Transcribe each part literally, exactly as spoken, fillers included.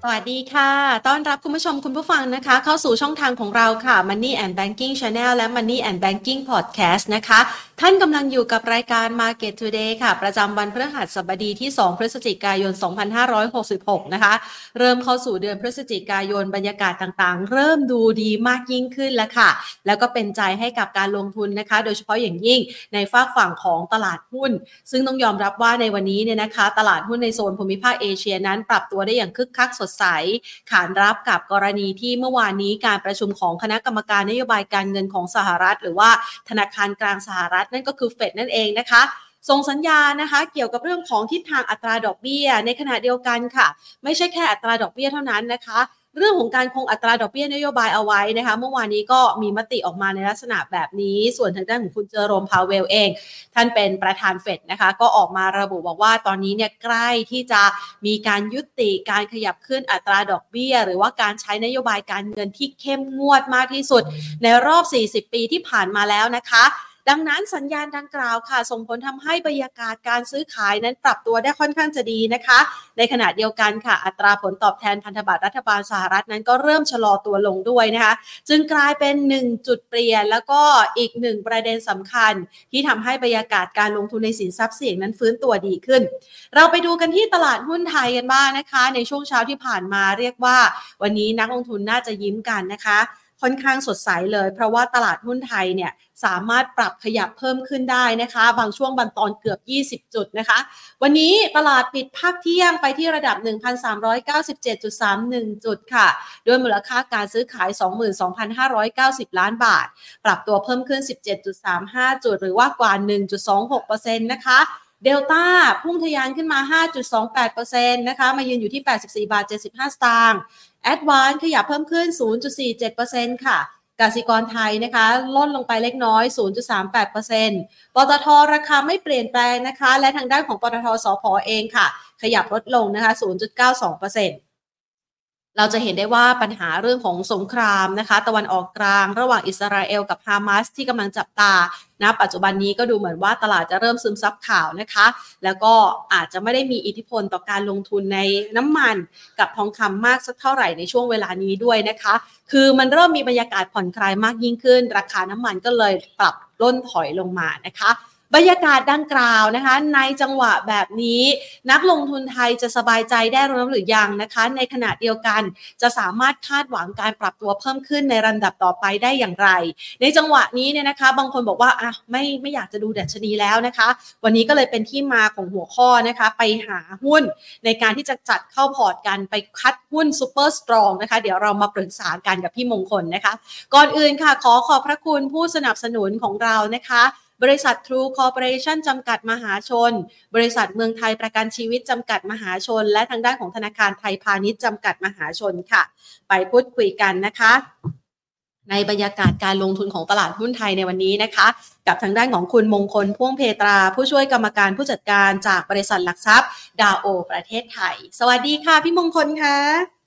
สวัสดีค่ะต้อนรับคุณผู้ชมคุณผู้ฟังนะคะเข้าสู่ช่องทางของเราค่ะ Money and Banking Channel และ Money and Banking Podcast นะคะท่านกำลังอยู่กับรายการ Market Today ค่ะประจำวันพฤหัสบดีที่สองพฤศจิกายนสองพันห้าร้อยหกสิบหกนะคะเริ่มเข้าสู่เดือนพฤศจิกายนบรรยากาศต่างๆเริ่มดูดีมากยิ่งขึ้นแล้วค่ะแล้วก็เป็นใจให้กับการลงทุนนะคะโดยเฉพาะอย่างยิ่งในฝากฝั่งของตลาดหุ้นซึ่งต้องยอมรับว่าในวันนี้เนี่ยนะคะตลาดหุ้นในโซนภูมิภาคเอเชียนั้นปรับตัวได้อย่างคึกคักสดใสขานรับกับกรณีที่เมื่อวานนี้การประชุมของคณะกรรมการนโยบายการเงินของสหรัฐหรือว่าธนาคารกลางสหรัฐนั่นก็คือเฟดนั่นเองนะคะส่งสัญญาณนะคะเกี่ยวกับเรื่องของทิศทางอัตราดอกเบี้ยในขณะเดียวกันค่ะไม่ใช่แค่อัตราดอกเบี้ยเท่านั้นนะคะเรื่องของการคงอัตราดอกเบี้ยนโยบายเอาไว้นะคะเมื่อวานนี้ก็มีมติออกมาในลักษณะแบบนี้ส่วนทางด้านของคุณเจอโรมพาเวลเองท่านเป็นประธานเฟดนะคะก็ออกมาระบุบอกว่าตอนนี้เนี่ยใกล้ที่จะมีการยุติการขยับขึ้นอัตราดอกเบี้ยหรือว่าการใช้นโยบายการเงินที่เข้มงวดมากที่สุดในรอบสี่สิบปีที่ผ่านมาแล้วนะคะดังนั้นสัญญาณดังกล่าวค่ะส่งผลทำให้บรรยากาศการซื้อขายนั้นปรับตัวได้ค่อนข้างจะดีนะคะในขณะเดียวกันค่ะอัตราผลตอบแทนพันธบัตรรัฐบาลสหรัฐนั้นก็เริ่มชะลอตัวลงด้วยนะคะจึงกลายเป็นหนึ่งจุดเปลี่ยนแล้วก็อีกหนึ่งประเด็นสำคัญที่ทำให้บรรยากาศการลงทุนในสินทรัพย์เสี่ยงนั้นฟื้นตัวดีขึ้นเราไปดูกันที่ตลาดหุ้นไทยกันบ้างนะคะในช่วงเช้าที่ผ่านมาเรียกว่าวันนี้นักลงทุนน่าจะยิ้มกันนะคะค่อนข้างสดใสเลยเพราะว่าตลาดหุ้นไทยเนี่ยสามารถปรับขยับเพิ่มขึ้นได้นะคะบางช่วงบางตอนเกือบยี่สิบจุดนะคะวันนี้ตลาดปิดภาคเที่ยงไปที่ระดับ หนึ่งพันสามร้อยเก้าสิบเจ็ดจุดสามหนึ่ง จุดค่ะด้วยมูลค่าการซื้อขาย สองหมื่นสองพันห้าร้อยเก้าสิบ ล้านบาทปรับตัวเพิ่มขึ้น สิบเจ็ดจุดสามห้า จุดหรือว่ากว่า หนึ่งจุดสองหกเปอร์เซ็นต์ นะคะเดลต้าพุ่งทะยานขึ้นมา ห้าจุดสองแปดเปอร์เซ็นต์ นะคะมายืนอยู่ที่แปดสิบสี่บาทเจ็ดสิบห้าสตางค์แอดวานซ์ขยับเพิ่มขึ้น ศูนย์จุดสี่เจ็ดเปอร์เซ็นต์ ค่ะกสิกรไทยนะคะลดลงไปเล็กน้อย ศูนย์จุดสามแปดเปอร์เซ็นต์ ปตทราคาไม่เปลี่ยนแปลงนะคะและทางด้านของปตทสผเองค่ะขยับลดลงนะคะ ศูนย์จุดเก้าสองเปอร์เซ็นต์เราจะเห็นได้ว่าปัญหาเรื่องของสงครามนะคะตะวันออกกลางระหว่างอิสราเอลกับฮามาสที่กำลังจับตานะปัจจุบันนี้ก็ดูเหมือนว่าตลาดจะเริ่มซึมซับข่าวนะคะแล้วก็อาจจะไม่ได้มีอิทธิพลต่อการลงทุนในน้ำมันกับทองคำมากสักเท่าไหร่ในช่วงเวลานี้ด้วยนะคะคือมันเริ่มมีบรรยากาศผ่อนคลายมากยิ่งขึ้นราคาน้ำมันก็เลยปรับล่นถอยลงมานะคะบรรยากาศดังกล่าวนะคะในจังหวะแบบนี้นักลงทุนไทยจะสบายใจได้หรือยังนะคะในขณะเดียวกันจะสามารถคาดหวังการปรับตัวเพิ่มขึ้นในลำดับต่อไปได้อย่างไรในจังหวะนี้เนี่ยนะคะบางคนบอกว่าอ่ะไม่ไม่อยากจะดูดัชนีแล้วนะคะวันนี้ก็เลยเป็นที่มาของหัวข้อนะคะไปหาหุ้นในการที่จะจัดเข้าพอร์ตกันไปคัดหุ้นซูเปอร์สตรองนะคะเดี๋ยวเรามาปรึกษากันกับพี่มงคลนะคะก่อนอื่นค่ะขอขอบพระคุณผู้สนับสนุนของเรานะคะบริษัท True Corporation จำกัดมหาชนบริษัทเมืองไทยประกันชีวิตจำกัดมหาชนและทางด้านของธนาคารไทยพาณิชย์จำกัดมหาชนค่ะไปพูดคุยกันนะคะในบรรยากาศการลงทุนของตลาดหุ้นไทยในวันนี้นะคะกับทางด้านของคุณมงคลพ่วงเพตราผู้ช่วยกรรมการผู้จัดการจากบริษัทหลักทรัพย์ดาโอประเทศไทยสวัสดีค่ะพี่มงคลค่ะ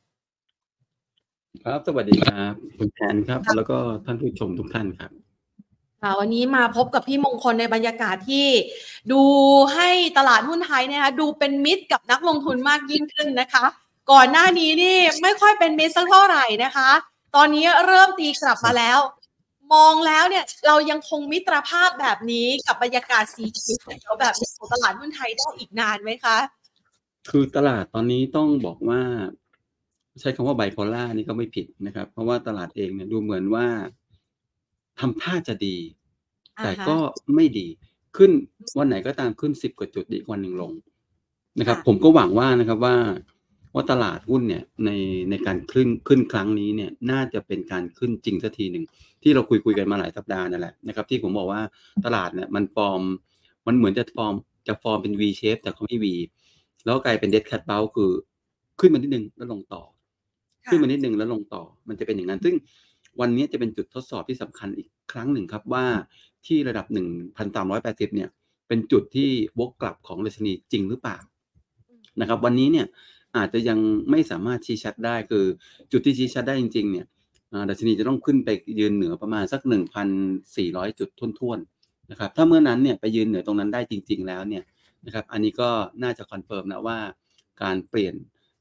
ครับสวัสดีครับคุณแทนครับแล้วก็ท่านผู้ชมทุกท่านครับค่ะวันนี้มาพบกับพี่มงคลในบรรยากาศที่ดูให้ตลาดหุ้นไทยนะคะดูเป็นมิตรกับนักลงทุนมากยิ่งขึ้นนะคะก่อนหน้านี้นี่ไม่ค่อยเป็นมิตรสักเท่าไหร่นะคะตอนนี้เริ่มตีกลับมาแล้วมองแล้วเนี่ยเรายังคงมิตรภาพแบบนี้กับบรรยากาศสีเขียวแบบนี้ของตลาดหุ้นไทยได้อีกนานไหมคะคือตลาดตอนนี้ต้องบอกว่าใช้คำว่าไบโพล่านี่ก็ไม่ผิดนะครับเพราะว่าตลาดเองเนี่ยดูเหมือนว่าทำท่าจะดีแต่ก็ไม่ดีขึ้นวันไหนก็ตามขึ้นสิบกว่าจุดอีกวันหนึ่งลงนะครับผมก็หวังว่านะครับว่าว่าตลาดหุ้นเนี่ยในในการขึ้นขึ้นครั้งนี้เนี่ยน่าจะเป็นการขึ้นจริงสักทีหนึ่งที่เราคุยคุยกันมาหลายสัปดาห์นั่นแหละนะครับที่ผมบอกว่าตลาดเนี่ยมันฟอร์มมันเหมือนจะฟอร์มจะฟอร์มเป็น V shape แต่เขาไม่ V แล้วกลายเป็น dead cat bounce คือขึ้นมานิดนึงแล้วลงต่อขึ้นมานิดนึงแล้วลงต่อมันจะเป็นอย่างนั้นซึ่งวันนี้จะเป็นจุดทดสอบที่สำคัญอีกครั้งหนึ่งครับว่าที่ระดับ หนึ่งพันสามร้อยแปดสิบ เนี่ยเป็นจุดที่วกกลับของดัชนีจริงหรือเปล่านะครับวันนี้เนี่ยอาจจะยังไม่สามารถชี้ชัดได้คือจุดที่ชี้ชัดได้จริงๆเนี่ยดัชนีจะต้องขึ้นไปยืนเหนือประมาณสัก หนึ่งพันสี่ร้อย จุดท้วนๆนะครับถ้าเมื่อนั้นเนี่ยไปยืนเหนือตรงนั้นได้จริงๆแล้วเนี่ยนะครับอันนี้ก็น่าจะคอนเฟิร์มนะว่าการเปลี่ยน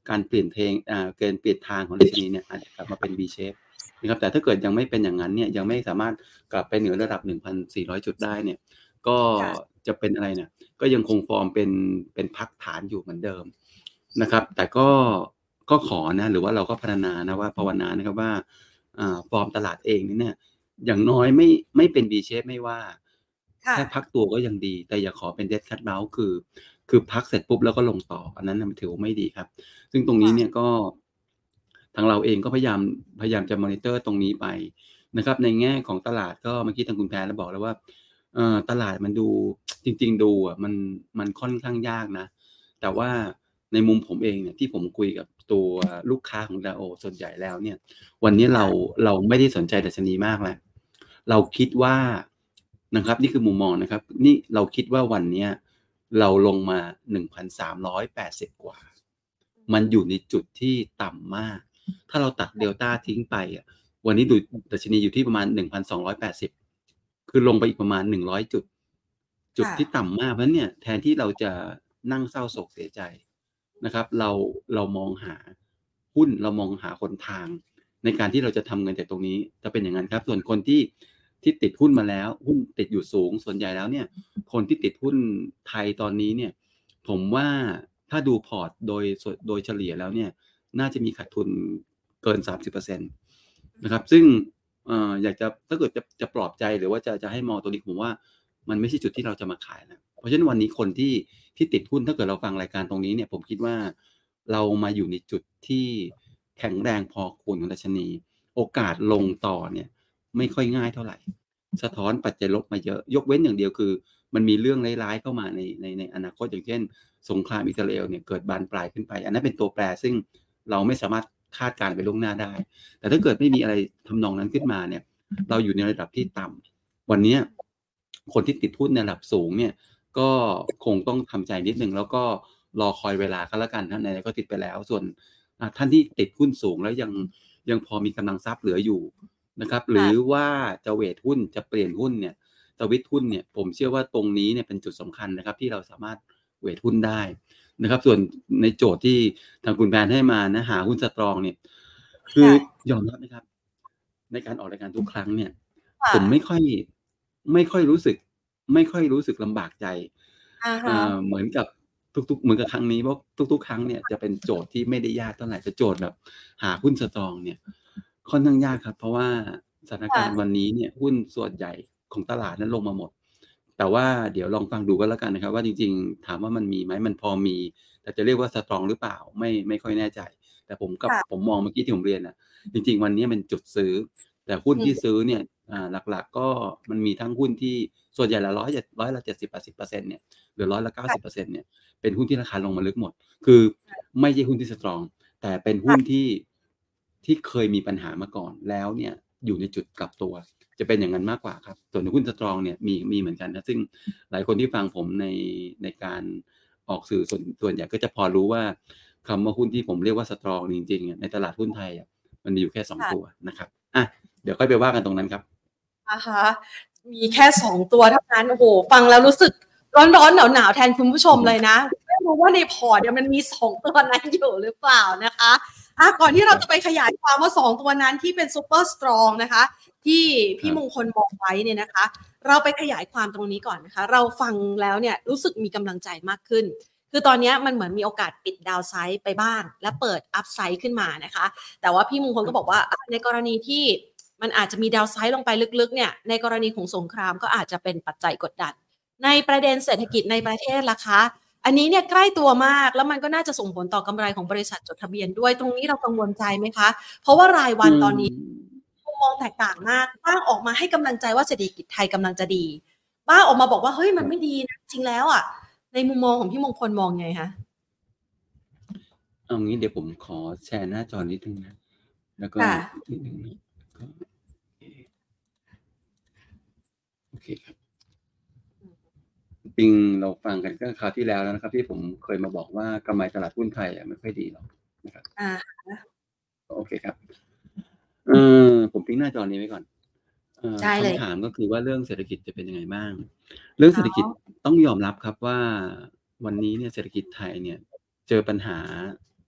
การเปลี่ยนเพลงอ่าเกินเปลี่ยนทางของดัชนีเนี่ยอาจจะกลับมาเป็น V shape นะครับแต่ถ้าเกิดยังไม่เป็นอย่างนั้นเนี่ยยังไม่สามารถกลับไปเหนือระดับ หนึ่งพันสี่ร้อย จุดได้เนี่ยก็จะเป็นอะไรเนี่ยก็ยังคงฟอร์มเป็นเป็นพักฐานอยู่เหมือนเดิมนะครับแต่ก็ก็ขอนะหรือว่าเราก็พรรณนานะว่าภาวนานะครับว่าอ่าฟอร์มตลาดเองเนี่ยอย่างน้อยไม่ไม่เป็น V shape ไม่ว่าแค่พักตัวก็ยังดีแต่อย่าขอเป็น dead cat bounce คือคือพักเสร็จปุ๊บแล้วก็ลงต่ออันนั้นมันถือว่าไม่ดีครับซึ่งตรงนี้เนี่ยก็ทางเราเองก็พยายามพยายามจะมอนิเตอร์ตรงนี้ไปนะครับในแง่ของตลาดก็เมื่อกี้ทางคุณแพรเราบอกแล้วว่าเอ่อตลาดมันดูจริงๆดูอ่ะมันมันค่อนข้างยากนะแต่ว่าในมุมผมเองเนี่ยที่ผมคุยกับตัวลูกค้าของ ดาโอ ส่วนใหญ่แล้วเนี่ยวันนี้เราเราไม่ได้สนใจดัชนีมากแล้วเราคิดว่านะครับนี่คือมุมมองนะครับนี่เราคิดว่าวันนี้เราลงมา หนึ่งพันสามร้อยแปดสิบ กว่ามันอยู่ในจุดที่ต่ำมากถ้าเราตัดเดลต้าทิ้งไปอ่ะวันนี้ดูดัชนีอยู่ที่ประมาณ หนึ่งพันสองร้อยแปดสิบ คือลงไปอีกประมาณหนึ่งร้อยจุดจุดที่ต่ำมากเพราะฉะนั้นเนี่ยแทนที่เราจะนั่งเศร้าโศกเสียใจนะครับเราเรามองหาหุ้นเรามองหาหนทางในการที่เราจะทำเงินจากตรงนี้จะเป็นอย่างนั้นครับส่วนคนที่ที่ติดหุ้นมาแล้วหุ้นติดอยู่สูงส่วนใหญ่แล้วเนี่ยคนที่ติดหุ้นไทยตอนนี้เนี่ยผมว่าถ้าดูพอร์ตโดยโดยเฉลี่ยแล้วเนี่ยน่าจะมีขาดทุนเกิน สามสิบเปอร์เซ็นต์ นะครับซึ่งเอ่ออยากจะถ้าเกิดจะจะปลอบใจหรือว่าจะจะให้มองตัวนี้ผมว่ามันไม่ใช่จุดที่เราจะมาขายนะเพราะฉะนั้นวันนี้คนที่ที่ติดหุ้นถ้าเกิดเราฟังรายการตรงนี้เนี่ยผมคิดว่าเรามาอยู่ในจุดที่แข็งแรงพอควรของดัชนีโอกาสลงต่อเนี่ยไม่ค่อยง่ายเท่าไหร่สะท้อนปัจจัยลบมาเยอะยกเว้นอย่างเดียวคือมันมีเรื่องร้ายๆเข้ามาในในในอนาคตอย่างเช่นสงครามอิสราเอลเนี่ยเกิดบานปลายขึ้นไปอันนั้นเป็นตัวแปรซึ่งเราไม่สามารถคาดการณ์ไปล่วงหน้าได้แต่ถ้าเกิดไม่มีอะไรทำนองนั้นขึ้นมาเนี่ยเราอยู่ในระดับที่ต่ำวันนี้คนที่ติดหุ้นในระดับสูงเนี่ยก็คงต้องทำใจนิดนึงแล้วก็รอคอยเวลาก็แล้วกันท่านไหนก็ติดไปแล้วส่วนท่านที่ติดหุ้นสูงแล้วยังยังพอมีกำลังทรัพย์เหลืออยู่นะครับหรือว่าจะเวทหุ้นจะเปลี่ยนหุ้นเนี่ยจะวิทหุ้นเนี่ยผมเชื่อว่าตรงนี้เนี่ยเป็นจุดสำคัญนะครับที่เราสามารถเวทหุ้นได้นะครับส่วนในโจทย์ที่ทางคุณแพนให้มานะหาหุ้นสตรองเนี่ยคือยอมรับนะครับในการออกรายการทุกครั้งเนี่ยผมไม่ค่อยไม่ค่อยรู้สึกไม่ค่อยรู้สึกลำบากใจเหมือนกับทุกๆเหมือนกับครั้งนี้เพราะทุกๆครั้งเนี่ยจะเป็นโจทย์ที่ไม่ได้ยากเท่าไหร่แต่โจทย์แบบหาหุ้นสตรองเนี่ยค่อนข้างยากครับเพราะว่าสถานการณ์วันนี้เนี่ยหุ้นส่วนใหญ่ของตลาดนั้นลงมาหมดแต่ว่าเดี๋ยวลองฟังดูกันแล้วกันนะครับว่าจริงๆถามว่ามันมีไหมมันพอมีแต่จะเรียกว่าสตรองหรือเปล่าไม่ไม่ค่อยแน่ใจแต่ผมกับผมมองเมื่อกี้ที่ผมเรียนอ่ะจริงๆวันนี้เป็นจุดซื้อแต่หุ้นที่ซื้อเนี่ยหลักๆก็มันมีทั้งหุ้นที่ส่วนใหญ่ละร้อยร้อยละเจ็ดสิบแปดสิบเปอร์เซ็นต์เนี่ยหรือร้อยละเก้าสิบเปอร์เซ็นต์เนี่ยเป็นหุ้นที่ราคาลงมาลึกหมดคือไม่ใช่หุ้นที่สตรองแต่เป็นหุ้นที่ที่เคยมีปัญหามาก่อนแล้วเนี่ยอยู่ในจุดกลับตัวจะเป็นอย่างนั้นมากกว่าครับส่วนหุ้นสตรองเนี่ยมีมีเหมือนกันนะซึ่งหลายคนที่ฟังผมในในการออกสื่อส่วนส่วนใหญ่ก็จะพอรู้ว่าคำว่าหุ้นที่ผมเรียกว่าสตรองจริงๆในตลาดหุ้นไทยอ่ะมันมีอยู่แค่สองตัวนะครับอ่ะเดี๋ยวค่อยไปว่ากันตรงนั้นครับนะคะมีแค่สองตัวเท่านั้นโอ้โหฟังแล้วรู้สึกร้อนๆหนาวๆแทนคุณผู้ชมเลยนะไม่รู้ว่าในพอร์ตเนี่ยมันมีสองตัวนั้นอยู่หรือเปล่านะคะอ่ะก่อนที่เราจะไปขยายความว่าสองตัวนั้นที่เป็นซูเปอร์สตรองนะคะที่พี่มงคลมองไว้เนี่ยนะคะเราไปขยายความตรงนี้ก่อนนะคะเราฟังแล้วเนี่ยรู้สึกมีกำลังใจมากขึ้นคือตอนนี้มันเหมือนมีโอกาสปิดดาวไซด์ไปบ้างและเปิดอัพไซด์ขึ้นมานะคะแต่ว่าพี่มงคลก็บอกว่าในกรณีที่มันอาจจะมีดาวไซด์ลงไปลึกๆเนี่ยในกรณีของสงครามก็อาจจะเป็นปัจจัยกดดันในประเด็นเศรษฐกิจในประเทศล่ะคะอันนี้เนี่ยใกล้ตัวมากแล้วมันก็น่าจะส่งผลต่อกำไรของบริษัทจดทะเบียนด้วยตรงนี้เรากังวลใจไหมคะเพราะว่ารายวันตอนนี้มุมมองแตกต่างมากบ้างออกมาให้กำลังใจว่าเศรษฐกิจไทยกำลังจะดีบ้างออกมาบอกว่าเฮ้ยมันไม่ดีนะจริงแล้วอ่ะในมุมมองของพี่มงคลมองไงคะเอางี้เดี๋ยวผมขอแชร์หน้าจอนิดนึงนะแล้วก็นิดนึงนะก็โอเคครับปิงเราฟังกันก็คราวที่แล้วแล้วนะครับที่ผมเคยมาบอกว่ากำไรตลาดหุ้นไทยอ่ะไม่ค่อยดีหรอกนะครับอ่าโอเคครับเออผมทิ้งหน้าจอนี้ไว้ก่อนเอ่อคำถามก็คือว่าเรื่องเศรษฐกิจจะเป็นยังไงบ้างเรื่องเศรษฐกิจต้องยอมรับครับว่าวันนี้เนี่ยเศรษฐกิจไทยเนี่ยเจอปัญหา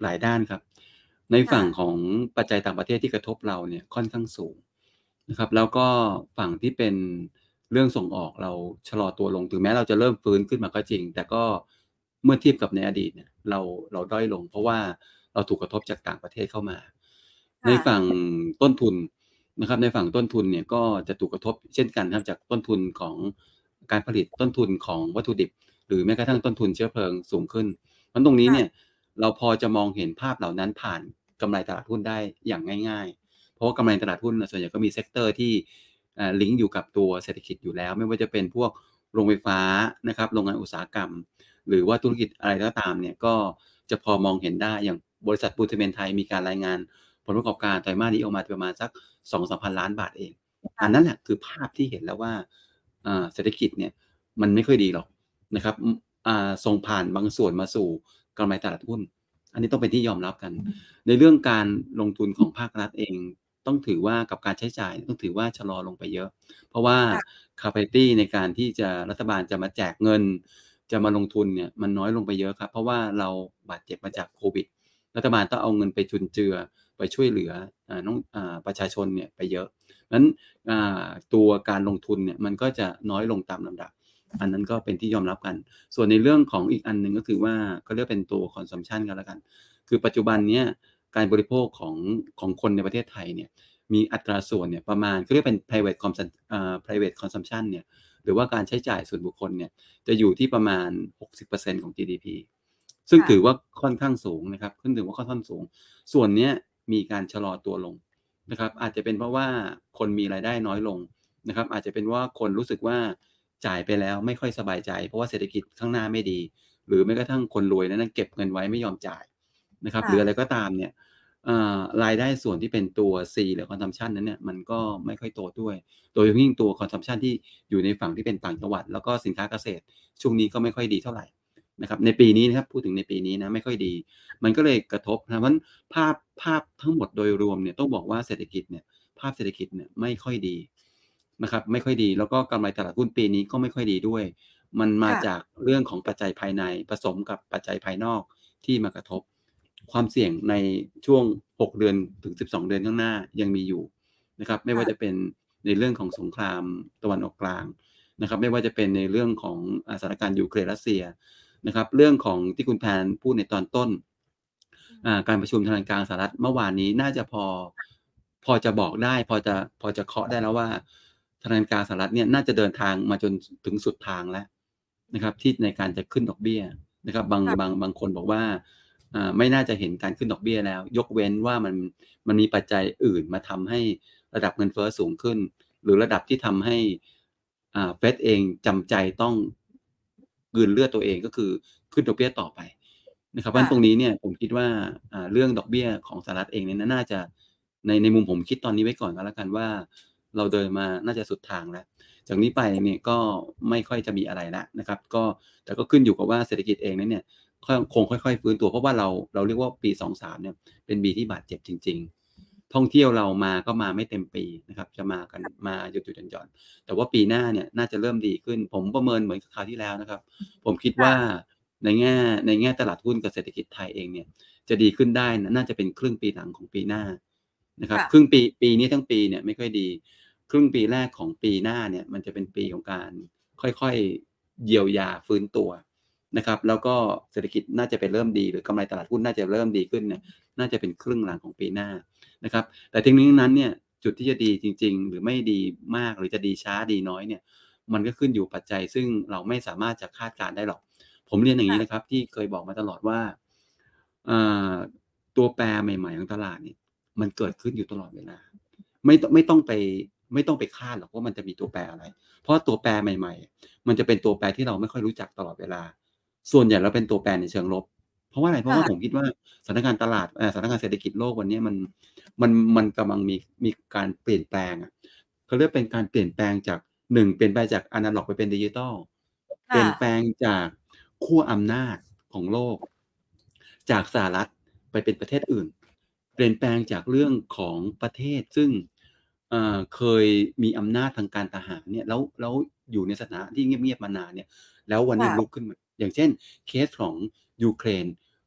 หลายด้านครับในค่ะฝั่งของปัจจัยต่างประเทศที่กระทบเราเนี่ยค่อนข้างสูงนะครับแล้วก็ฝั่งที่เป็นเรื่องส่งออกเราชะลอตัวลงถึงแม้เราจะเริ่มฟื้นขึ้นมาก็จริงแต่ก็เมื่อเทียบกับในอดีตเนี่ยเราเราด้อยลงเพราะว่าเราถูกกระทบจากต่างประเทศเข้ามาในค่ะฝั่งต้นทุนนะครับในฝั่งต้นทุนเนี่ยก็จะถูกกระทบเช่นกันครับจากต้นทุนของการผลิตต้นทุนของวัตถุดิบหรือแม้กระทั่งต้นทุนเชื้อเพลิงสูงขึ้นเพราะตรงนี้เนี่ยค่ะเราพอจะมองเห็นภาพเหล่านั้นผ่านกำไรตลาดหุ้นได้อย่างง่ายๆ เพราะว่ากำไรตลาดหุ้นน่ะส่วนใหญ่ก็มีเซกเตอร์ที่อ่าลิงก์อยู่กับตัวเศรษฐกิจอยู่แล้วไม่ว่าจะเป็นพวกโรงไฟฟ้านะครับโรงงานอุตสาหกรรมหรือว่าธุรกิจอะไรก็ตามเนี่ยก็จะพอมองเห็นได้อย่างบริษัทปูนซีเมนต์ไทยมีการรายงานผลประกอบการไตรมาสนี้ออกมาประมาณสัก สองถึงสาม พันล้านบาทเองอันนั้นแหละคือภาพที่เห็นแล้วว่าอ่าเศรษฐกิจเนี่ยมันไม่ค่อยดีหรอกนะครับอืมอ่าส่งผ่านบางส่วนมาสู่กำไรตลาดหุ้น อันนี้ต้องเป็นที่ยอมรับกันในเรื่องการลงทุนของภาครัฐเองต้องถือว่ากับการใช้จ่ายต้องถือว่าชะลอลงไปเยอะเพราะว่าค่ะ capacity ในการที่จะรัฐบาลจะมาแจกเงินจะมาลงทุนเนี่ยมันน้อยลงไปเยอะครับเพราะว่าเราบาดเจ็บมาจากโควิดรัฐบาลต้องเอาเงินไปจุนเจือไปช่วยเหลืออ่าน้องอ่าประชาชนเนี่ยไปเยอะนั้นอ่าตัวการลงทุนเนี่ยมันก็จะน้อยลงตามลำดับอันนั้นก็เป็นที่ยอมรับกันส่วนในเรื่องของอีกอันหนึ่งก็คือว่าเขาเรียกเป็นตัว consumption กันแล้วกัน คือปัจจุบันเนี้ยการบริโภคของของคนในประเทศไทยเนี่ยมีอัตราส่วนเนี่ยประมาณเขาเรียกเป็น private consum อ่า private consumption เนี่ยหรือว่าการใช้จ่ายส่วนบุคคลเนี่ยจะอยู่ที่ประมาณ หกสิบเปอร์เซ็นต์ ของ จี ดี พี ซึ่งถือค่ะว่าค่อนข้างสูงนะครับซึ่งถือว่าค่อนข้างสูงส่วนเนี้ยมีการชะลอตัวลงนะครับอาจจะเป็นเพราะว่าคนมีรายได้น้อยลงนะครับอาจจะเป็นว่าคนรู้สึกว่าจ่ายไปแล้วไม่ค่อยสบายใจเพราะว่าเศรษฐกิจข้างหน้าไม่ดีหรือแม้กระทั่งคนรวยนั้นเก็บเงินไว้ไม่ยอมจ่าย นะครับหรืออะไรค่ะก็ตามเนี่ยอ่ารายได้ส่วนที่เป็นตัว C หรือ consumption นั้นเนี่ยมันก็ไม่ค่อยโตด้วยโดยเฉพาะยิ่งตัว consumption ที่อยู่ในฝั่งที่เป็นต่างจังหวัดแล้วก็สินค้าเกษตรช่วงนี้ก็ไม่ค่อยดีเท่าไรนะครับในปีนี้นะครับพูดถึงในปีนี้นะไม่ค่อยดีมันก็เลยกระทบนะเพราะฉะนั้นภาพภาพทั้งหมดโดยรวมเนี่ยต้องบอกว่าเศรษฐกิจเนี่ยภาพเศรษฐกิจเนี่ยไม่ค่อยดีนะครับไม่ค่อยดีแล้วก็กำไรตลาดหุ้นปีนี้ก็ไม่ค่อยดีด้วยมันมาค่ะจากเรื่องของปัจจัยภายในผสมกับปัจจัยภายนอกที่มากระทบ ความเสี่ยงในช่วงหกเดือนถึงสิบสองเดือนข้างหน้ายังมีอยู่นะครับไม่ว่าจะค่ะเป็นในเรื่องของสงครามตะวันออกกลางนะครับไม่ว่าจะเป็นในเรื่องของอ่าสถานการณ์ยูเครนรัสเซียนะครับเรื่องของที่คุณแพนพูดในตอนต้นอืมอ่าการประชุมธนาคารกลางสหรัฐเมื่อวานนี้น่าจะพอพอจะบอกได้พอจะพอจะเคาะได้แล้วว่าธนาคารกลางสหรัฐเนี่ยน่าจะเดินทางมาจนถึงสุดทางแล้วนะครับที่ในการจะขึ้นดอกเบี้ยนะครับบางบางค่ะบางคนบอกว่า อ่าไม่น่าจะเห็นการขึ้นดอกเบี้ยแล้วยกเว้นว่ามันมันมีปัจจัยอื่นมาทำให้ระดับเงินเฟ้อสูงขึ้นหรือระดับที่ทำให้อ่าเฟดเองจำใจต้องกลืนเลือดตัวเองก็คือขึ้นดอกเบี้ยต่อไปนะครับเพราะฉะนั้นตรงค่ะนี้เนี่ยผมคิดว่าอ่าเรื่องดอกเบี้ยของสหรัฐเองเนี่ยน่าจะในในมุมผมคิดตอนนี้ไว้ก่อนก็แล้วกันว่าเราเดินมาน่าจะสุดทางแล้วจากนี้ไปเนี่ยก็ไม่ค่อยจะมีอะไรแล้วนะครับก็แต่ก็ขึ้นอยู่กับว่าเศรษฐกิจเองนั้นเนี่ย ค่อยคงค่อยๆฟื้นตัวเพราะว่าเราเราเรียกว่าปีสองถึงสามเนี่ยเป็นปีที่บาดเจ็บจริงๆท่องเที่ยวเรามาก็มาไม่เต็มปีนะครับจะมากันมาหยุดๆหย่อนๆแต่ว่าปีหน้าเนี่ยน่าจะเริ่มดีขึ้นผมประเมินเหมือนกับคราวที่แล้วนะครับผมคิดว่าค่ะในแง่ในแง่ตลาดหุ้นกับเศรษฐกิจไทยเองเนี่ยจะดีขึ้นได้น่าจะเป็นครึ่งปีหลังของปีหน้านะครับค่ะครึ่งปีปีนี้ทั้งปีเนี่ยไม่ค่อยดีครึ่งปีแรกของปีหน้าเนี่ยมันจะเป็นปีของการค่อยๆเยียวยาฟื้นตัว นะครับแล้วก็เศรษฐกิจน่าจะไปเริ่มดีหรือกำไรตลาดหุ้นน่าจะเริ่มดีขึ้นเนี่ยน่าจะเป็นครึ่งหลังของปีหน้านะครับแต่ทั้งนี้ทั้งนั้นเนี่ยจุดที่จะดีจริงๆหรือไม่ดีมากหรือจะดีช้าดีน้อยเนี่ยมันก็ขึ้นอยู่ปัจจัยซึ่งเราไม่สามารถจะคาดการณ์ได้หรอกผมเรียนอย่างนี้ค่ะนะครับที่เคยบอกมาตลอดว่าอ่าตัวแปรใหม่ๆของตลาดเนี่ยมันเกิดขึ้นอยู่ตลอดเวลาไม่ต้องไม่ต้องไปไม่ต้องไปคาดหรอกว่ามันจะมีตัวแปรอะไรเพราะตัวแปรใหม่ๆมันจะเป็นตัวแปรที่เราไม่ค่อยรู้จักตลอดเวลา ส่วนใหญ่แล้วเป็นตัวแปรในเชิงลบเพราะว่าอะไรเพราะว่าผมค่ะคิดว่าสถานการณ์ตลาดเอ่อสถานการณ์เศรษฐกิจโลกวันนี้มันมันมันกำลังมีมีการเปลี่ยนแปลงอะเขาเรียกเป็นการเปลี่ยนแปลงจากหนึ่งเปลี่ยนแปลงจากอะนาล็อกไปเป็นดิจิทัลเปลี่ค่ะยนแปลงจากขั้วอำนาจของโลกจากสหรัฐไปเป็นประเทศอื่นเปลี่ยนแปลงจากเรื่องของประเทศซึ่งเอ่อเคยมีอำนาจทางการทหารเนี่ยแล้วแล้วอยู่ในสถานะที่เงียบๆมานานเนี่ย แล้ววันนี้ลุกค่ะขึ้นมาอย่างเช่นเคสของยูเครน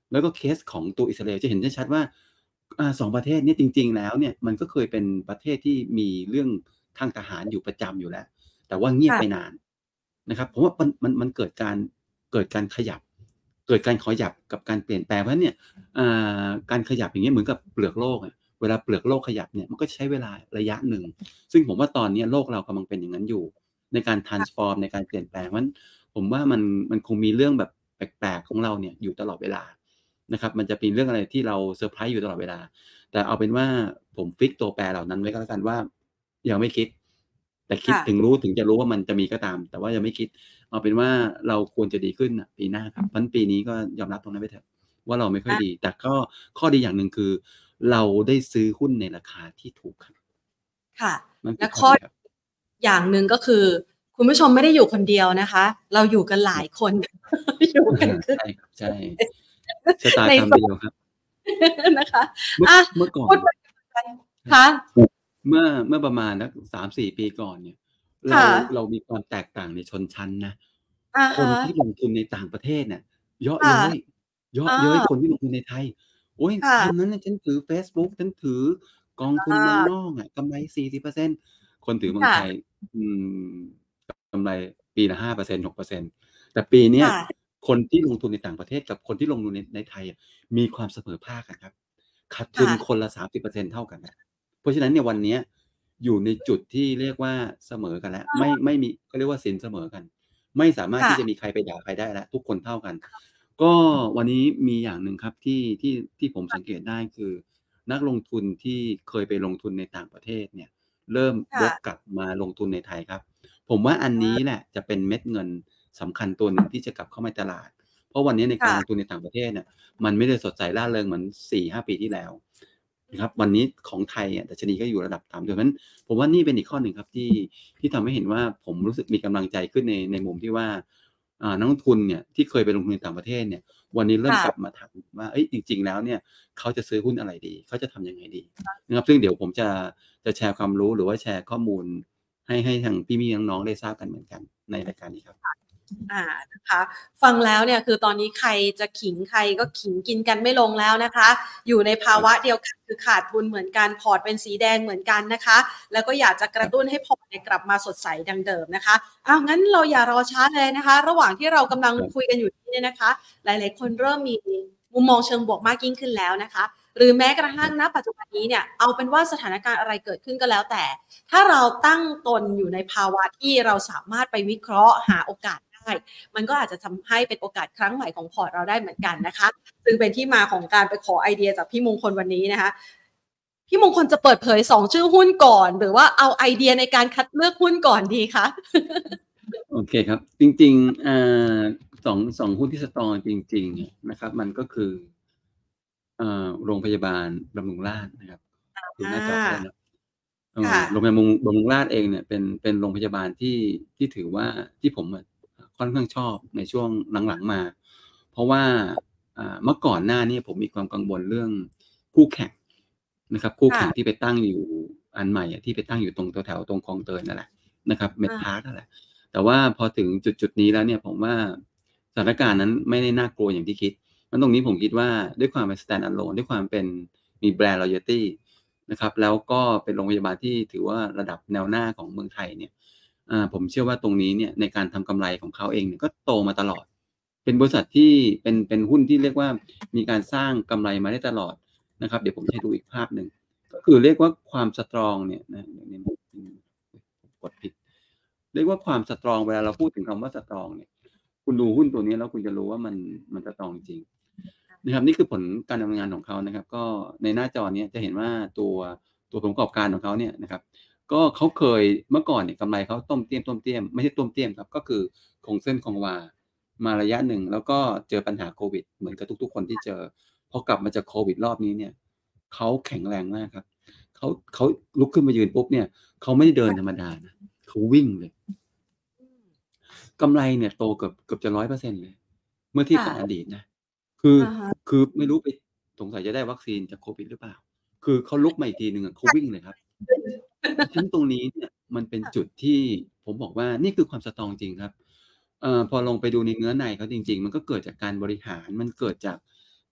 แล้วก็เคสของตัวอิสราเอลจะเห็นได้ชัดว่าอ่าสองประเทศนี้จริงๆแล้วเนี่ยมันก็เคยเป็นประเทศที่มีเรื่องทางทหารอยู่ประจำอยู่แล้วแต่ว่าเงียบไปค่ะนานนะครับผมว่ามันมันมันเกิดการเกิดการขยับเกิดการขยับกับการเปลี่ยนแปลงเพราะฉะนั้นเนี่ยอ่าการขยับอย่างเงี้ยเหมือนกับเปลือกโลกอะเวลาเปลือกโลกขยับเนี่ยมันก็ใช้เวลาระยะหนึ่งซึ่งผมว่าตอนเนี้ยโลกเรากำลังเป็นอย่างนั้นอยู่ในการ transform ในการเปลี่ยนแปลงเพราะฉะนั้นผมว่ามันมันคงมีเรื่องแบบแปลกๆของเราเนี่ยอยู่ตลอดเวลานะครับมันจะเป็นเรื่องอะไรที่เราเซอร์ไพรส์อยู่ตลอดเวลาแต่เอาเป็นว่าผมฟิกตัวแปรเหล่านั้นไว้ก็แล้วกันว่ายังไม่คิดแต่คิดค่ะถึงรู้ถึงจะรู้ว่ามันจะมีก็ตามแต่ว่ายังไม่คิดเอาเป็นว่าเราควรจะดีขึ้นน่ะปีหน้าครับเพราะฉะนั้นปีนี้ก็ยอมรับตรงนั้นไปเถอะว่าเราไม่ค่อยอาดีแต่ก็ข้อดีอย่างหนึ่งคือเราได้ซื้อหุ้นในราคาที่ถูกครับค่ะนั่นคืและข้ออข้อดีครับอย่างหนึ่งก็คือคุณผู้ชมไม่ได้อยู่คนเดียวนะคะเราอยู่กันหลายคน อยู่กันคือใช่ครับใช่ชะตาในกรรมโซนเดียวครับนะคะเมื่ออาเมื่อก่อนพูดไปคะเมื่อเมื่อประมาณสักสามถึงสี่ปีก่อนเนี่ยเราค่ะเรามีความแตกต่างในชนชั้นนะอะคนฮะที่ลงทุนในต่างประเทศเนี่ยเยาะค่ะเย้ยเยาะอาเย้ยคนที่ลงทุนในไทยโอ๊ยค่ะวันนั้นน่ะฉันถือเฟซบุ๊กฉันถือกองทุนอาเมืองนอกอะกำไรสี่สิบเปอร์เซ็นต์คนถือเมืองค่ะไทยอืมกำไรปีละห้าเปอร์เซ็นต์ หกเปอร์เซ็นต์แต่ปีเนี้ยค่ะคนที่ลงทุนในต่างประเทศกับคนที่ลงทุนในในไทยอะมีความเสมอภาคกันครับขาดทุนค่ะคนละสามสิบเปอร์เซ็นต์เท่ากันนะ เพราะฉะนั้นเนี่ยวันเนี้ยอยู่ในจุดที่เรียกว่าเสมอกันแล้วไม่ไม่มีเขาเรียกว่าสินเสมอกันไม่สามารถค่ะที่จะมีใครไปด่าใครได้แล้วทุกคนเท่ากันก็วันนี้มีอย่างหนึ่งครับที่ที่ที่ผมสังเกตได้คือนักลงทุนที่เคยไปลงทุนในต่างประเทศเนี่ยเริ่มวค่ะกกลับมาลงทุนในไทยครับผมว่าอันนี้แหละจะเป็นเม็ดเงินสำคัญตัวหนึ่งที่จะกลับเข้ามาตลาดเพราะวันนี้ในการลงทุนค่ะในต่างประเทศเนี่ยมันไม่ได้สดใสร่าเริงเหมือนสี่ถึงห้าปีที่แล้วนะครับวันนี้ของไทยอะดัชนีก็อยู่ระดับต่ำดังนั้นผมว่านี่เป็นอีกข้อหนึ่งครับที่ที่ทำให้เห็นว่าผมรู้สึกมีกำลังใจขึ้นในในมุมที่ว่าอ่านักลงทุนเนี่ยที่เคยไปลงทุนในต่างประเทศเนี่ยวันนี้เริ่มกลับค่ะมาถามว่าเฮ้ยจริงๆแล้วเนี่ยเขาจะซื้อหุ้นอะไรดีเขาจะทำยังไงดีนะครับซึ่งเดี๋ยวผมจะจะแชร์ความรู้หรือว่าแชร์ข้อมูลให้ให้ทางพี่ๆน้องๆได้ทราบกันเหมือนกันในรายการนี้ครับอานะคะฟังแล้วเนี่ยคือตอนนี้ใครจะขิงใครก็ขิงกินกันไม่ลงแล้วนะคะอยู่ในคภารับวะเดียวกันคือขาดทุนเหมือนกันพอร์ตเป็นสีแดงเหมือนกันนะคะแล้วก็อยากจะกระตุ้นครับให้พอร์ตเนี่ยกลับมาสดใสดังเดิมนะคะอ้าวงั้นเราอย่ารอช้าเลยนะคะระหว่างที่เรากำลังคุยครับกันอยู่นี่เนี่ยนะคะหลายๆคนเริ่มมีมุมมองเชิงบวกมากยิ่งขึ้นแล้วนะคะหรือแม้กระทั่งณปัจจุบันนี้เนี่ยเอาเป็นว่าสถานการณ์อะไรเกิดขึ้นก็แล้วแต่ถ้าเราตั้งตนอยู่ในภาวะที่เราสามารถไปวิเคราะห์หาโอกาสได้ มันก็อาจจะทำให้เป็นโอกาสครั้งใหม่ของพอร์ตเราได้เหมือนกันนะคะซึ่งเป็นที่มาของการไปขอไอเดียจากพี่มงคลวันนี้นะคะพี่มงคลจะเปิดเผยสองชื่อหุ้นก่อนหรือว่าเอาไอเดียในการคัดเลือกหุ้นก่อนดีคะโอเคครับจริงๆอ่าสองสองหุ้นที่สตรองจริงๆเนี่ยนะครับมันก็คือ เอ่อโรงพยาบาลบำรุงราษฎร์นะครับดูหอาน้าจอก็ได้เนาะเอ่อค่ะโรงพยาบาลบำรุงบำรุงราษฎร์เองเนี่ยเป็นเป็นโรงพยาบาลที่ที่ถือว่าที่ผมอะค่อนข้างชอบในช่วงหลังๆมาเพราะว่าอ่าเมื่อก่อนหน้านี้ผมมีความกังวลเรื่องคู่แข่งนะครับคู่ค่ะแข่งที่ไปตั้งอยู่อันใหม่อะที่ไปตั้งอยู่ตรงแถวๆตรงคลองเตยนั่นแหละนะครับอา Medpark นั่นแหละแต่ว่าพอถึงจุดๆนี้แล้วเนี่ยผมว่าสถานการณ์นั้นไม่ได้น่ากลัวอย่างที่คิด มันตรงนี้ผมคิดว่าด้วยความเป็น stand alone ด้วยความเป็นมีแบรนด์ loyalty นะครับแล้วก็เป็นโรงพยาบาลที่ถือว่าระดับแนวหน้าของเมืองไทยเนี่ยอ่าผมเชื่อว่าตรงนี้เนี่ยในการทำกำไรของเขาเองเนี่ยก็โตมาตลอดเป็นบริษัทที่เป็นเป็นหุ้นที่เรียกว่ามีการสร้างกำไรมาได้ตลอดนะครับเดี๋ยวผมจะให้ดูอีกภาพหนึ่งก็คือเรียกว่าความสตรองเนี่ยนะเดี๋ยวนี้กดผิดเรียกว่าความสตรองเวลาเราพูดถึงคำว่าสตรองเนี่ยคุณดูหุ้นตัวนี้แล้วคุณจะรู้ว่ามันมันสตรองจริง นะครับนี่คือผลการดำเนินงานของเขานะครับก็ในหน้าจอเนี้ยจะเห็นว่าตัวตัวผลประกอบการของเขาเนี่ยนะครับก็เขาเคยเมื่อก่อนเนี่ยกำไรเขาต้มเตี้ยมต้มเตี้ยมไม่ใช่ต้มเตี้ยมครับก็คือคงเส้นคงวามาระยะหนึ่งแล้วก็เจอปัญหาโควิดเหมือนกับทุกๆคนที่เจอพอกลับมาจากโควิดรอบนี้เนี่ยเขาแข็งแรงมากครับเขาเขาลุกขึ้นมายืนปุ๊บเนี่ยเขาไม่ได้เดินธรรมดานะเขาวิ่งเลยกำไรเนี่ยโตเกือบเกือบจะร้อยเปอร์เซ็นต์เลยเมื่อเทียบค่ะกับอดีตนะ คืออะฮะคือไม่รู้ไปสงสัยจะได้วัคซีนจากโควิดหรือเปล่าคือเขาลุกมาอีกทีหนึ่งอะเขาวิ่งเลยครับเพราะฉะนั้นตรงนี้เนี่ยมันเป็นจุดที่ผมบอกว่านี่คือความสตรองจริงครับเอ่อพอลงไปดูในเนื้อในเขาจริงๆมันก็เกิดจากการบริหารมันเกิดจาก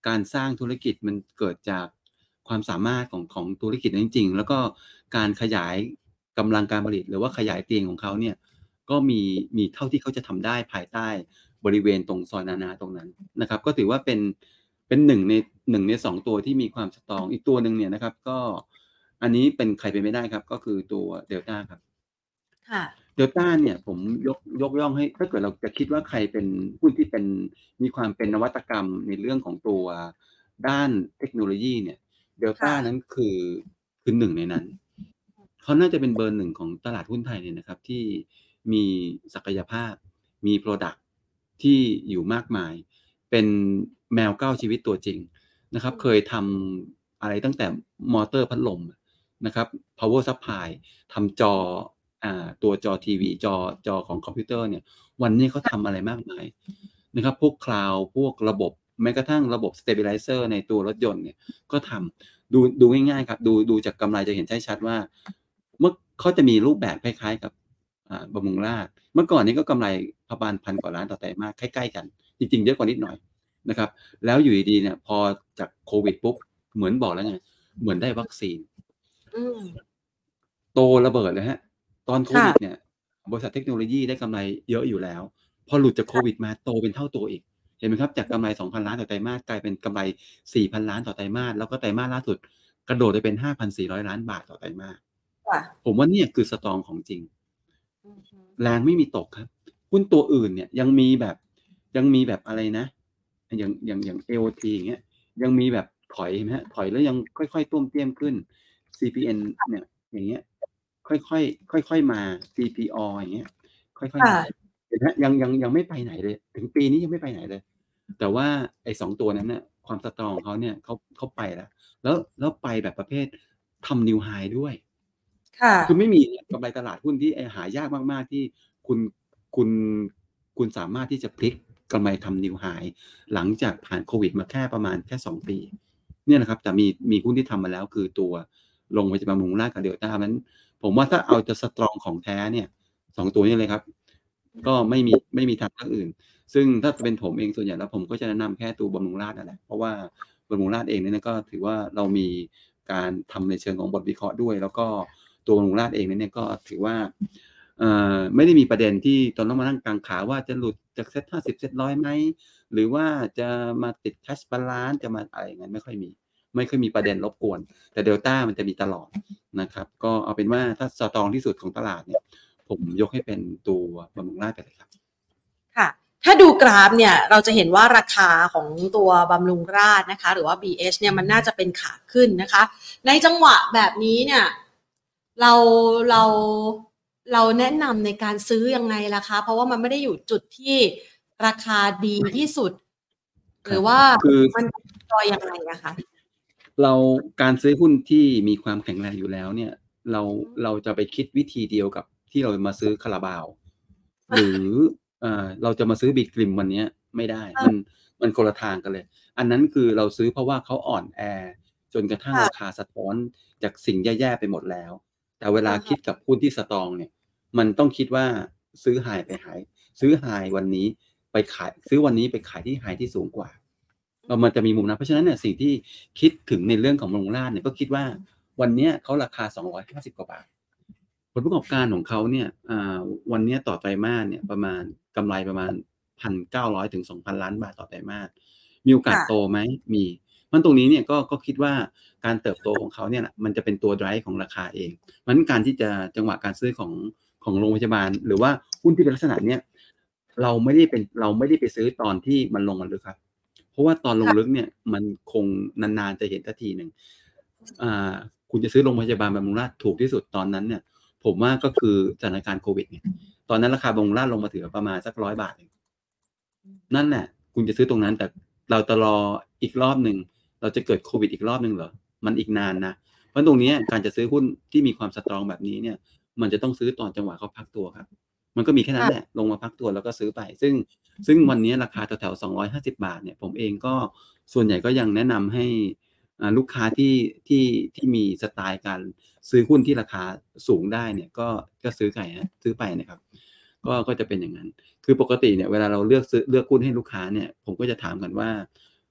การสร้างธุรกิจมันเกิดจากความสามารถของของธุรกิจนั้นจริงๆแล้วก็การขยายกำลังการผลิตหรือว่าขยายเตียงของเขาเนี่ยก็มีมีเท่าที่เขาจะทำได้ภายใต้บริเวณตรงซอยนานาตรงนั้นนะครับก็ถือว่าเป็นเป็นหนึ่งในหนึ่งในสองตัวที่มีความสตรองอีกตัวหนึ่งเนี่ยนะครับก็อันนี้เป็นใครเป็นไม่ได้ครับก็คือตัวเดลต้าครับค่ะเดลต้าเนี่ยผมยกยกย่องให้ถ้าเกิดเราจะคิดว่าใครเป็นหุ้นที่เป็นมีความเป็นนวัตกรรมในเรื่องของตัวด้านเทคโนโลยีเนี่ยเดลต้าค่ะนั้นคือคือหนึ่งในนั้นเขาน่าจะเป็นเบอร์หนึ่งของตลาดหุ้นไทยเนี่ยนะครับที่มีศักยภาพมี Product ที่อยู่มากมายเป็นแมวเก้าชีวิตตัวจริงนะครับเคยทำอะไรตั้งแต่มอเตอร์พัดลมนะครับ power supply ทำจออ่าตัวจอทีวีจอจอของคอมพิวเตอร์เนี่ยวันนี้เขาทำอะไรมากมายนะครับพวกคลาวด์พวกระบบแม้กระทั่งระบบ stabilizer ในตัวรถยนต์เนี่ยก็ทำดูดูง่ายๆครับดูดูจากกำไรจะเห็นชัดๆว่าเมื่อเขาจะมีรูปแบบคล้ายๆกับอ่าบำรุงราษฎร์เมื่อก่อนนี้ก็กำไรประมาณพันกว่าล้านต่อไตรมาสใกล้ๆกันจริงๆเยอะกว่านิดหน่อยนะครับแล้วอยู่ดีๆเนี่ยพอจากโควิดปุ๊บเหมือนบอกแล้วไงเหมือนได้วัคซีนอืมโตระเบิดเลยฮะตอนโควิดค่ะเนี่ยบริษัทเทคโนโลยีได้กำไรเยอะอยู่แล้วพอหลุดจากโควิดมาโตเป็นเท่าตัวอีกเห็นไหมครับจากกำไร สองพัน ล้านต่อไตรมาสกลายเป็นกำไร สี่พัน ล้านต่อไตรมาสแล้วก็ไตรมาสล่าสุดกระโดดไปเป็น ห้าพันสี่ร้อย ล้านบาทต่อไตรมาสค่ะผมว่าเนี่ยคือสตรองของจริงอือฮึแรงไม่มีตกครับหุ้นตัวอื่นเนี่ยยังมีแบบยังมีแบบอะไรนะอย่างอย่างอย่าง เอ โอ ที อย่างเงี้ยยังมีแบบถอยเห็นไหมฮะถอยแล้วยังค่อยๆต้วมเตี้ยมขึ้น ซี พี เอ็น เนี่ยอย่างเงี้ยค่อยๆค่อยๆมา ซี พี อ อย่างเงี้ยค่อยๆค่ะมาเห็นไหมยังยังยังไม่ไปไหนเลยถึงปีนี้ยังไม่ไปไหนเลยแต่ว่าไอ้สองตัวนั้นน่ะความสตรองของเขาเนี่ยเขาเขาไปแล้วแล้วแล้วไปแบบประเภททำ New High ด้วยค่ะคือไม่มีกำไรตลาดหุ้นที่ไอ้หายากมากๆที่คุณคุณคุณสามารถที่จะพลิกกำไรทำ New High หลังจากผ่านโควิดมาแค่ประมาณแค่สองปีเนี่ยนะครับแต่มีมีหุ้นที่ทำมาแล้วคือตัวโรงพยาบาลบำรุงราษฎร์กับเดลต้านั้นผมว่าถ้าเอาจะสตรองของแท้เนี่ยสองตัวนี้เลยครับก็ไม่มีไม่มีทางเลือกอื่นซึ่งถ้าเป็นผมเองส่วนใหญ่แล้วผมก็จะแนะนำแค่ตัวบำรุงราษฎร์นั่นแหละเพราะว่าบำรุงราษฎร์เองเนี่ยก็ถือว่าเรามีการทำในเชิงของบทวิเคราะห์ด้วยแล้วก็ตัวบำรุงราษฎร์เองเนี่ยก็ถือว่าเอ่อไม่ได้มีประเด็นที่ตอนต้องมานั่งกังขาว่าจะหลุดจากเซ็ตห้าสิบเซ็ตร้อยไหมหรือว่าจะมาติด cash balance จะมาอะไรอย่างนั้นไม่ค่อยมีไม่ค่อยมีประเด็นรบกวนแต่เดลต้ามันจะมีตลอดนะครับก็เอาเป็นว่าถ้าสตรองที่สุดของตลาดเนี่ยผมยกให้เป็นตัวบำรุงราษฎร์ไปเลยครับค่ะถ้าดูกราฟเนี่ยเราจะเห็นว่าราคาของตัวบำรุงราษฎร์นะคะหรือว่า บี เอช เนี่ยมันน่าจะเป็นขาขึ้นนะคะในจังหวะแบบนี้เนี่ยเราเราเราแนะนำในการซื้อยังไงล่ะคะเพราะว่ามันไม่ได้อยู่จุดที่ราคาดีที่สุดหรือว่าคือมันจอยยังไงอะคะเราการซื้อหุ้นที่มีความแข็งแรงอยู่แล้วเนี่ยเราเราจะไปคิดวิธีเดียวกับที่เรามาซื้อคาราบาวหรือเอ่อเราจะมาซื้อบีกริมวันนี้ไม่ได้มันมันคนละทางกันเลยอันนั้นคือเราซื้อเพราะว่าเขาอ่อนแอจนกระทั่งราค่ะคาสะท้อนจากสิ่งแย่ๆไปหมดแล้วแต่เวลาอะฮะคิดกับหุ้นที่สตรองเนี่ยมันต้องคิดว่าซื้อไฮไปขายซื้อไฮวันนี้ไปขายซื้อวันนี้ไปขายที่ไฮที่สูงกว่า เรามันจะมีมุมนั้นเพราะฉะนั้นเนี่ยสิ่งที่คิดถึงในเรื่องของบำรุงราษฎร์เนี่ยก็คิดว่าวันเนี้ยเขาราคาสองร้อยห้าสิบกว่าบาทผลประกอบการของเขาเนี่ยอ่าวันเนี้ยต่อไตรมาสเนี่ยประมาณกำไรประมาณ หนึ่งพันเก้าร้อย ถึง สองพัน ล้านบาทต่อไตรมาสมีโอกาสค่ะโตไหมมีเพราะตรงนี้เนี่ยก็ก็คิดว่าการเติบโตของเขาเนี่ยแหละมันจะเป็นตัว drive ของราคาเองเพราะฉะนั้นการที่จะจังหวะการซื้อของของโรงพยาบาลหรือว่าหุ้นที่เป็นลักษณะเนี้ยเราไม่ได้เป็นเราไม่ได้ไปซื้อตอนที่มันลงมาลึกครับ เพราะว่าตอนลงลึกเนี่ยมันคงนานๆจะเห็นสักทีหนึ่งอ่าคุณจะซื้อโรงพยาบาลบำรุงราษฎร์ถูกที่สุดตอนนั้นเนี่ยผมว่าก็คือสถานการณ์โควิดไงตอนนั้นราคาบำรุงราษฎร์ลงมาถึงประมาณสักร้อยบาทเองนั่นแหละคุณจะซื้อตรงนั้นแต่เราจะรออีกรอบหนึ่งเราจะเกิดโควิดอีกรอบหนึ่งเหรอมันอีกนานนะเพราะตรงนี้การจะซื้อหุ้นที่มีความสตรองแบบนี้เนี่ยมันจะต้องซื้อตอนจังหวะเขาพักตัวครับมันก็มีแค่นั้นแหละลงมาพักตัวแล้วก็ซื้อไปซึ่ง ซึ่งวันนี้ราคาแถวๆสองร้อยห้าสิบบาทเนี่ยผมเองก็ส่วนใหญ่ก็ยังแนะนำให้อ่าลูกค้าที่ที่ที่มีสไตล์การซื้อหุ้นที่ราคาสูงได้เนี่ยก็ก็ซื้อไก่ฮะซื้อไปนะครับก็ก็จะเป็นอย่างนั้นคือปกติเนี่ยเวลาเราเลือกซื้อเลือกหุ้นให้ลูกค้าเนี่ยผมก็จะถามกันว่า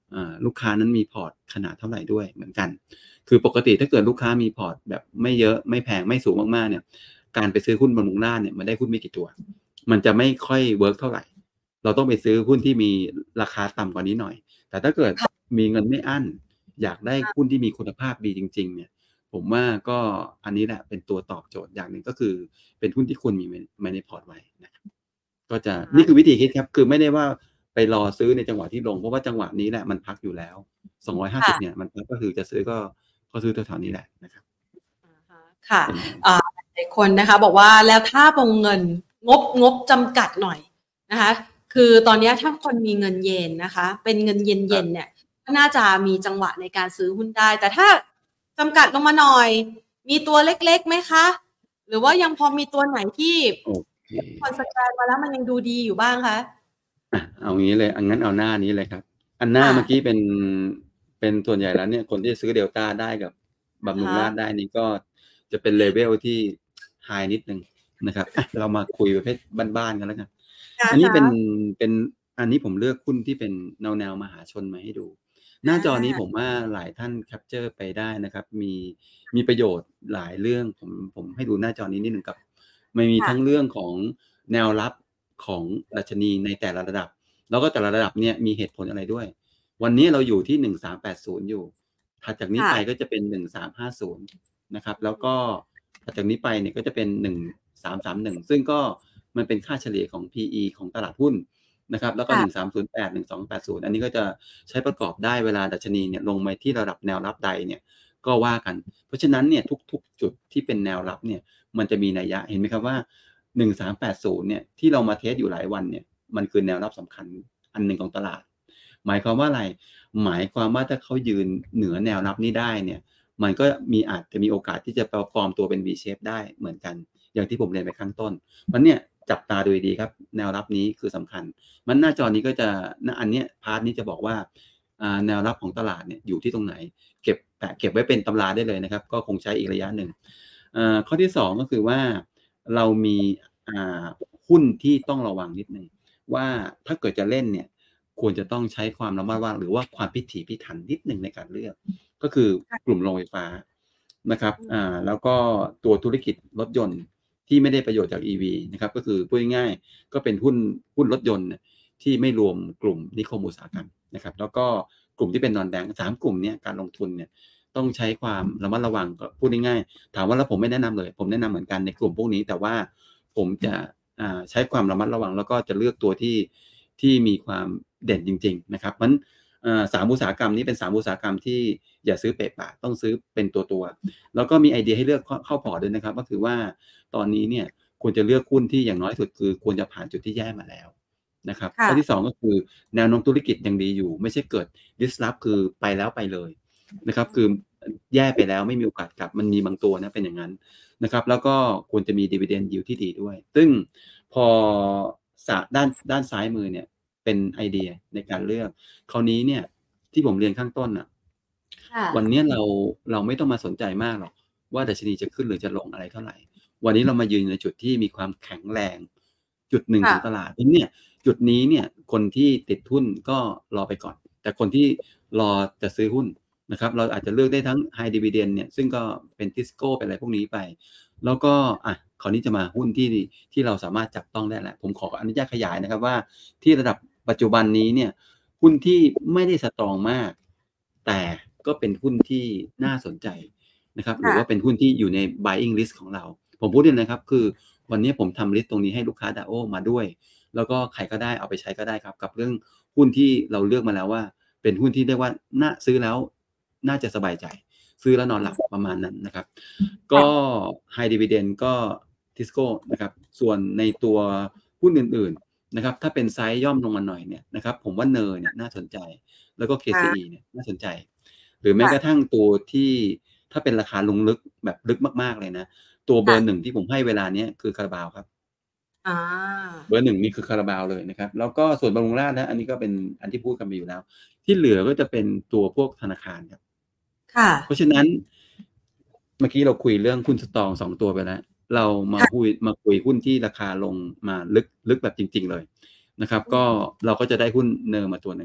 อ่าลูกค้านั้นมีพอร์ตขนาดเท่าไหร่ด้วยเหมือนกันคือปกติถ้าเกิดลูกค้ามีพอร์ตแบบไม่เยอะไม่แพงไม่สูงมากๆเนี่ยการไปซื้อหุ้นบำรุงราษฎร์เนี่ยมันได้หุ้นไม่กี่ตัวมันจะไม่ค่อยเวิร์กเท่าไหร่เราต้องไปซื้อหุ้นที่มีราคาต่ำกว่านี้หน่อยแต่ถ้าเกิดมีเงินไม่อั้นอยากได้หุ้นที่มีคุณภาพดีจริงๆเนี่ยผมว่าก็อันนี้แหละเป็นตัวตอบโจทย์อย่างหนึ่งก็คือเป็นหุ้นที่คุณมีไว้ในพอร์ตไว้นะครับก็จะนี่คือวิธีคิดครับคือไม่ได้ว่าไปรอซื้อในจังหวะที่ลงเพราะว่าจังหวะนี้แหละมันพักอยู่แล้วสองร้อยห้าสิบค่ะเนี่ยมันพักก็คือจะซื้อก็ก็ซื้อแถวๆนี้แหละนะครับค่ะเป็นอย่างนั้นอ่าหลายคนนะคะบอกว่าแล้วถ้าวงเงินงบงบจำกัดหน่อยนะคะคือตอนนี้ถ้าคนมีเงินเยนนะคะเป็นเงินเยนเยนเนี่ยก็น่าจะมีจังหวะในการซื้อหุ้นได้แต่ถ้าจำกัดลงมาหน่อยมีตัวเล็กๆไหมคะหรือว่ายังพอมีตัวไหนที่โอเคคอนสแกนมาแล้วมันยังดูดีอยู่บ้างคะอ่ะเอางี้เลยอันงั้นเอาหน้านี้เลยครับอันหน้าค่ะเมื่อกี้เป็นเป็นส่วนใหญ่แล้วเนี่ยคนที่ซื้อเดลต้าได้กับบำรุงอะฮะราษฎร์ได้นี่ก็จะเป็นเลเวลที่ไฮนิดนึงนะครับอ่ะเรามาคุยประเภทบ้านๆกันแล้วกันอะอันนี้เป็นฮะเป็นอันนี้ผมเลือกหุ้นที่เป็นแนวแนวมหาชนมาให้ดู หน้าอาจอนี้ผมว่าหลายท่านแคปเจอร์ไปได้นะครับมีมีประโยชน์หลายเรื่องผมผมให้ดูหน้าจอนี้นิดหนึ่งครับมันมีค่ะทั้งเรื่องของแนวรับของดัชนีในแต่ละระดับแล้วก็แต่ละระดับเนี่ยมีเหตุผลอะไรด้วยวันนี้เราอยู่ที่หนึ่งสามแปดศูนย์อยู่ถัดจากนี้ค่ะไปก็จะเป็นหนึ่งสามห้าศูนย์นะครับแล้วก็ถัดจากนี้ไปเนี่ยก็จะเป็นหนึ่งสามสามหนึ่งซึ่งก็มันเป็นค่าเฉลี่ยของ พี อี ของตลาดหุ้น นะครับแล้วก็หนึ่งค่ะสามศูนย์แปด หนึ่งสองแปดศูนย์อันนี้ก็จะใช้ประกอบได้เวลาดัชนีเนี่ยลงมาที่ระดับแนวรับใดเนี่ยก็ว่ากันเพราะฉะนั้นเนี่ยทุกๆจุดที่เป็นแนวรับเนี่ยมันจะมีนัยยะเห็นไหมครับว่าหนึ่งสามแปดศูนย์เนี่ยที่เรามาเทสอยู่หลายวันเนี่ยมันคือแนวรับสำคัญอันหนึ่งของตลาดหมายความว่าอะไรหมายความว่าถ้าเขายืนเหนือแนวรับนี้ได้เนี่ยมันก็มีอาจจะมีโอกาสที่จะฟอร์มตัวเป็น V shape ได้เหมือนกันอย่างที่ผมเรียนไปข้างต้นมันเนี่ยจับตาดูดีครับแนวรับนี้คือสำคัญ มันหน้าจอนี้ก็จะอันเนี้ยพาร์ทนี้จะบอกว่าแนวรับของตลาดเนี่ยอยู่ที่ตรงไหนเก็บแปะเก็บไว้เป็นตำราได้เลยนะครับก็คงใช้อีกระยะหนึ่งข้อที่สองก็คือว่าเรามีหุ้นที่ต้องระวังนิดนึงว่าถ้าเกิดจะเล่นเนี่ยควรจะต้องใช้ความระมัดระวังหรือว่าความพิถีพิถันนิดนึงในการเลือกก็คือกลุ่มโรงไฟฟ้านะครับแล้วก็ตัวธุรกิจรถยนต์ที่ไม่ได้ประโยชน์จาก อี วี นะครับก็คือพูดง่ายๆก็เป็นหุ้นหุ้นรถยนต์ที่ไม่รวมกลุ่มนิคมอุตสาหกรรมนะครับแล้วก็กลุ่มที่เป็นนอนแบงก์สามกลุ่มนี้การลงทุนเนี่ยต้องใช้ความระมัดระวังก็พูดง่ายๆถามว่าแล้วผมไม่แนะนำเลยผมแนะนำเหมือนกันในกลุ่มพวกนี้แต่ว่าผมจะใช้ความระมัดระวังแล้วก็จะเลือกตัวที่ที่มีความเด่นจริงๆนะครับมันสามอุตสาหกรรมนี้เป็นสามอุตสาหกรรมที่อย่าซื้อเปะปะต้องซื้อเป็นตัวตัวแล้วก็มีไอเดียให้เลือกเข้าพอร์ตด้วยนะครับก็คือว่าตอนนี้เนี่ยควรจะเลือกหุ้นที่อย่างน้อยสุดคือควรจะผ่านจุดที่แย่มาแล้วนะครับข้อที่สองก็คือแนวโน้มธุรกิจยังดีอยู่ไม่ใช่เกิด disrupt คือไปแล้วไปเลยนะครับคือแย่ไปแล้วไม่มีโอกาสกลับมันมีบางตัวนะเป็นอย่างนั้นนะครับแล้วก็ควรจะมี dividend yield ที่ดีด้วยซึ่งพอด้านด้านซ้ายมือเนี่ยเป็นไอเดียในการเลือกคราวนี้เนี่ยที่ผมเรียนข้างต้นอ่ะวันนี้เราเราไม่ต้องมาสนใจมากหรอกว่าดัชนีจะขึ้นหรือจะลงอะไรเท่าไหร่วันนี้เรามายืนในจุดที่มีความแข็งแรงจุดหนึ่งของตลาดเนี่ยจุดนี้เนี่ยคนที่ติดหุ้นก็รอไปก่อนแต่คนที่รอจะซื้อหุ้นนะครับเราอาจจะเลือกได้ทั้ง High Dividend เนี่ยซึ่งก็เป็นทิสโก้เป็นอะไรพวกนี้ไปแล้วก็อ่ะคราวนี้จะมาหุ้นที่ที่เราสามารถจับต้องได้แหละผมขออนุญาตขยายนะครับว่าที่ระดับปัจจุบันนี้เนี่ยหุ้นที่ไม่ได้สตรองมากแต่ก็เป็นหุ้นที่น่าสนใจนะครับหรือว่าเป็นหุ้นที่อยู่ใน buying list ของเราผมพูดเลยนะครับคือวันนี้ผมทำลิสต์ตรงนี้ให้ลูกค้า ดา โอ มาด้วยแล้วก็ใครก็ได้เอาไปใช้ก็ได้ครับกับเรื่องหุ้นที่เราเลือกมาแล้วว่าเป็นหุ้นที่เรียกว่าน่าซื้อแล้วน่าจะสบายใจซื้อแล้วนอนหลับประมาณนั้นนะครับก็ High Dividend ก็ Tisco นะครับส่วนในตัวหุ้นอื่นๆนะครับถ้าเป็นไซส์ย่อมลงมาหน่อยเนี่ยนะครับผมว่าเนอร์เนี่ยน่าสนใจแล้วก็ เค ซี อี เนี่ยน่าสนใจหรือแม้กระทั่งตัวที่ถ้าเป็นราคาลงลึกแบบลึกมากๆเลยนะตัวเบอร์หนึ่งที่ผมให้เวลานี้คือคาราบาวครับเบอร์หนึ่งนี่คือคาราบาวเลยนะครับแล้วก็ส่วนบำรุงราษฎร์นะอันนี้ก็เป็นอันที่พูดกันไปอยู่แล้วที่เหลือก็จะเป็นตัวพวกธนาคารครับเพราะฉะนั้นเมื่อกี้เราคุยเรื่องหุ้นสตรองสองตัวไปแล้วเรามาคุยมาคุยหุ้นที่ราคาลงมาลึกลึกแบบจริงๆเลยนะครับก็เราก็จะได้หุ้นเนอร์มาตัวหนึ่ง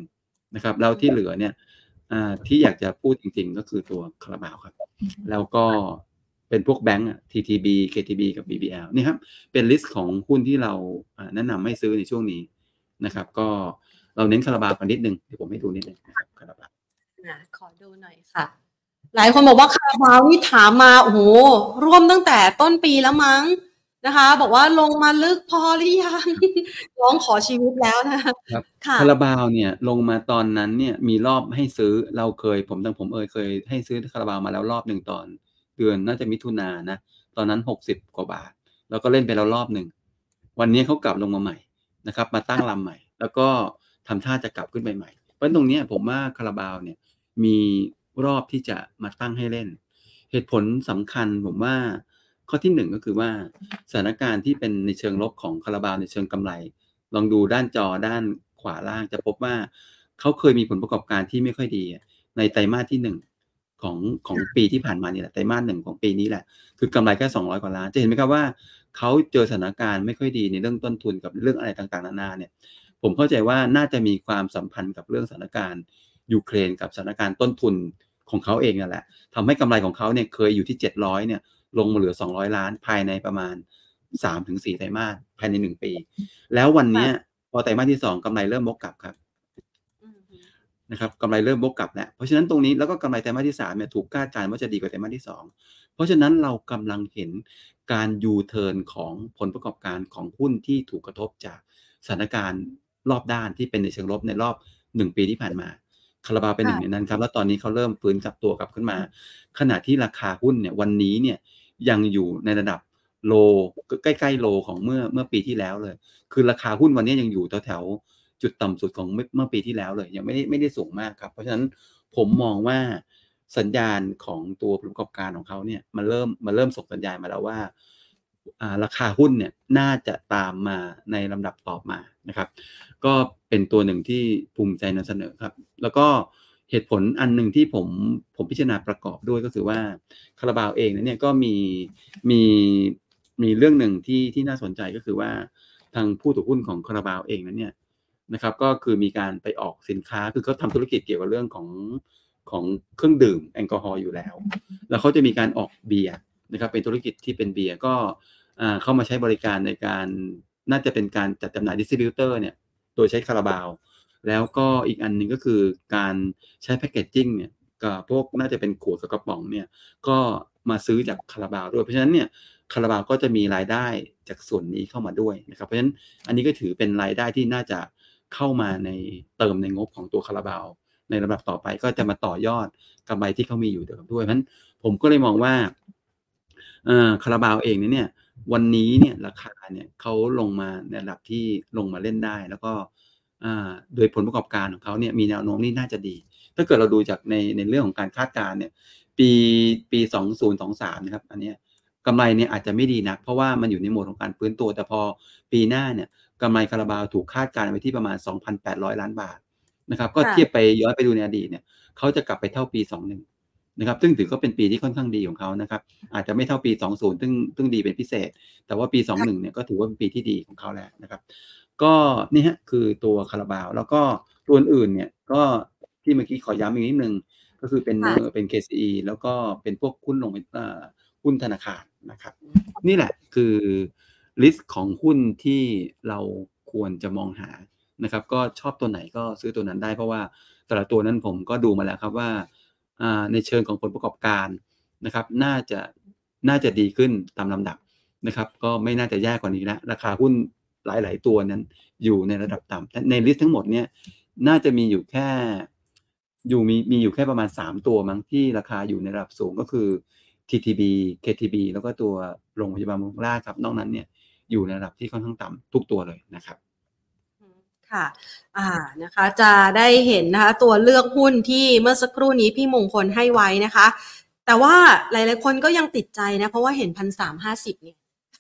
นะครับแล้วที่เหลือเนี่ยอ่าที่อยากจะพูดจริงๆก็คือตัวคาราบาวครับแล้วก็เป็นพวกแบงก์อะ ที ที บี เค ที บี กับ บี บี แอล นี่ครับเป็นลิสต์ของหุ้นที่เราอ่าแนะนำให้ซื้อในช่วงนี้นะครับก็เราเน้นคาราบาวกันนิดนึงเดี๋ยวผมให้ดูนิดนึงนะครับคาราบาวอ่ะขอดูหน่อยค่ะหลายคนบอกว่าคาราบาวนี่ถามมาโอ้โหร่วมตั้งแต่ต้นปีแล้วมั้งนะคะบอกว่าลงมาลึกพอหรือยังร้องขอชีวิตแล้วนะคะครับค่ะคาราบาวเนี่ยลงมาตอนนั้นเนี่ยมีรอบให้ซื้อเราเคยผมทางผมเอยเคยให้ซื้อคาราบาวมาแล้วรอบหนึ่งตอนเดือนน่าจะมิถุนายนนะตอนนั้นหกสิบกว่าบาทแล้วก็เล่นไปแล้วรอบหนึ่งวันนี้เขากลับลงมาใหม่นะครับมาตั้งลำใหม่แล้วก็ทำท่าจะกลับขึ้นไปใหม่เพราะตรงนี้ผมว่าคาราบาวเนี่ยมีรอบที่จะมาตั้งให้เล่นเหตุผลสำคัญผมว่าข้อที่หนึ่งก็คือว่าสถานการณ์ที่เป็นในเชิงลบของคาราบาวในเชิงกำไร ลองดูด้านจอด้านขวาล่างจะพบว่าเขาเคยมีผลประกอบการที่ไม่ค่อยดีในไตรมาสที่หนึ่งของของปีที่ผ่านมานี่แหละไตรมาสหนึ่งของปีนี้แหละคือกำไรแค่สองร้อยกว่าล้านจะเห็นไหมครับว่าเขาเจอสถานการณ์ไม่ค่อยดีในเรื่องต้นทุนกับเรื่องอะไรต่างๆนานาเนี่ยผมเข้าใจว่าน่าจะมีความสัมพันธ์กับเรื่องสถานการณ์ยูเครนกับสถานการณ์ต้นทุนของเขาเองนั่นแหละทำให้กำไรของเขาเนี่ยเคยอยู่ที่เจ็ดร้อยเนี่ยลงมาเหลือสองร้อยล้านภายในประมาณ สามถึงสี่ ไตรมาสภายในหนึ่งปีแล้ววันนี้พอไตรมาสที่สองกำไรเริ่มวกกลับครับนะครับกำไรเริ่มวกกลับแล้วเพราะฉะนั้นตรงนี้แล้วก็กำไรไตรมาสที่สามเนี่ยถูกคาดการณ์ว่าจะดีกว่าไตรมาสที่สองเพราะฉะนั้นเรากำลังเห็นการยูเทิร์นของผลประกอบการของหุ้นที่ถูกกระทบจากสถานการณ์รอบด้านที่เป็นในเชิงลบในรอบหนึ่งปีที่ผ่านมาคาราบาวเป็นหนึ่งในนั้นครับแล้วตอนนี้เขาเริ่มฟื้นกลับตัวกลับขึ้นมาขณะที่ราคาหุ้นเนี่ยวันนี้เนี่ยยังอยู่ในระดับโลใกล้ๆโลของเมื่อเมื่อปีที่แล้วเลยคือราคาหุ้นวันนี้ยังอยู่แถวๆจุดต่ำสุดของเมื่อเมื่อปีที่แล้วเลยยังไม่ได้ไม่ได้สูงมากครับเพราะฉะนั้นผมมองว่าสัญญาณของตัวผลประกอบการของเขาเนี่ยมันเริ่มมันเริ่มส่งสัญญาณมาแล้วว่าอ่าราคาหุ้นเนี่ยน่าจะตามมาในลำดับต่อมานะครับก็เป็นตัวหนึ่งที่ภูมิใจนำเสนอครับแล้วก็เหตุผลอันหนึ่งที่ผมผมพิจารณาประกอบด้วยก็คือว่าคาราบาวเองเนี่ยก็มีมีมีเรื่องหนึ่งที่ที่น่าสนใจก็คือว่าทางผู้ถือหุ้นของคาราบาวเองนั้นเนี่ยนะครับก็คือมีการไปออกสินค้าคือเขาทำธุรกิจเกี่ยวกับเรื่องของของเครื่องดื่มแอลกอฮอล์อยู่แล้วแล้วเขาจะมีการออกเบียร์นะครับเป็นธุรกิจที่เป็นเบียร์ก็อ่าเข้ามาใช้บริการในการน่าจะเป็นการจัดจำหน่ายดิสทริบิวเตอร์เนี่ยโดยใช้คาราบาวแล้วก็อีกอันหนึ่งก็คือการใช้แพคเกจจิ้งเนี่ยกับพวกน่าจะเป็นขวดกับกระป๋องเนี่ยก็มาซื้อจากคาราบาวด้วยเพราะฉะนั้นเนี่ยคาราบาวก็จะมีรายได้จากส่วนนี้เข้ามาด้วยนะครับเพราะฉะนั้นอันนี้ก็ถือเป็นรายได้ที่น่าจะเข้ามาในเติมในงบของตัวคาราบาวในลำดับต่อไปก็จะมาต่อยอดกำไรที่เขามีอยู่เดิมด้วยเพราะฉะนั้นผมก็เลยมองว่าเอ่อคาราบาวเองเนี่ยวันนี้เนี่ยราคาเนี่ยเขาลงมาในระดับที่ลงมาเล่นได้แล้วก็อ่าโดยผลประกอบการของเขาเนี่ยมีแนวโน้มที่น่าจะดีถ้าเกิดเราดูจากในในเรื่องของการคาดการณ์เนี่ยปีปีสองพันยี่สิบสามนะครับอันเนี้ยกำไรเนี่ยอาจจะไม่ดีนักเพราะว่ามันอยู่ในโหมดของการฟื้นตัวแต่พอปีหน้าเนี่ยกำไรคาราบาวถูกคาดการณ์ไว้ที่ประมาณ สองพันแปดร้อย ล้านบาทนะครับก็เทียบไปย้อนไปดูในอดีตเนี่ยเขาจะกลับไปเท่าปีสองพันหนึ่งนะครับซึ่งถือก็เป็นปีที่ค่อนข้างดีของเขานะครับอาจจะไม่เท่าปีสองพันซึ่งซึ่งดีเป็นพิเศษแต่ว่าปีสองพันหนึ่งเนี่ยก็ถือว่าเป็นปีที่ดีของเขาแล้วนะครับก็นี่ฮะคือตัวคาราบาวแล้วก็ตัวอื่นเนี่ยก็ที่เมื่อกี้ขอย้ำอีกนิดนึงก็คือเป็นเป็น เค ซี อี แล้วก็เป็นพวกหุ้นลงหุ้นธนาคารนะครับนี่แหละคือลิสต์ของหุ้นที่เราควรจะมองหานะครับก็ชอบตัวไหนก็ซื้อตัวนั้นได้เพราะว่าแต่ละตัวนั้นผมก็ดูมาแล้วครับว่าในเชิงของผลประกอบการนะครับน่าจะน่าจะดีขึ้นตามลำดับนะครับก็ไม่น่าจะแย่กว่านี้แล้วราคาหุ้นหลายๆตัวนั้นอยู่ในระดับต่ำในลิสต์ทั้งหมดเนี่ยน่าจะมีอยู่แค่อยู่มีมีอยู่แค่ประมาณสามตัวมั้งที่ราคาอยู่ในระดับสูงก็คือ ที ที บี เค ที บี แล้วก็ตัวโรงพยาบาลบำรุงราษฎร์ครับนอกนั้นเนี่ยอยู่ในระดับที่ค่อนข้างต่ำทุกตัวเลยนะครับค่ะอ่านะคะจะได้เห็นนะคะตัวเลือกหุ้นที่เมื่อสักครู่นี้พี่มงคลให้ไว้นะคะแต่ว่าหลายๆคนก็ยังติดใจนะเพราะว่าเห็นพันสามห้าสิบเนี่ย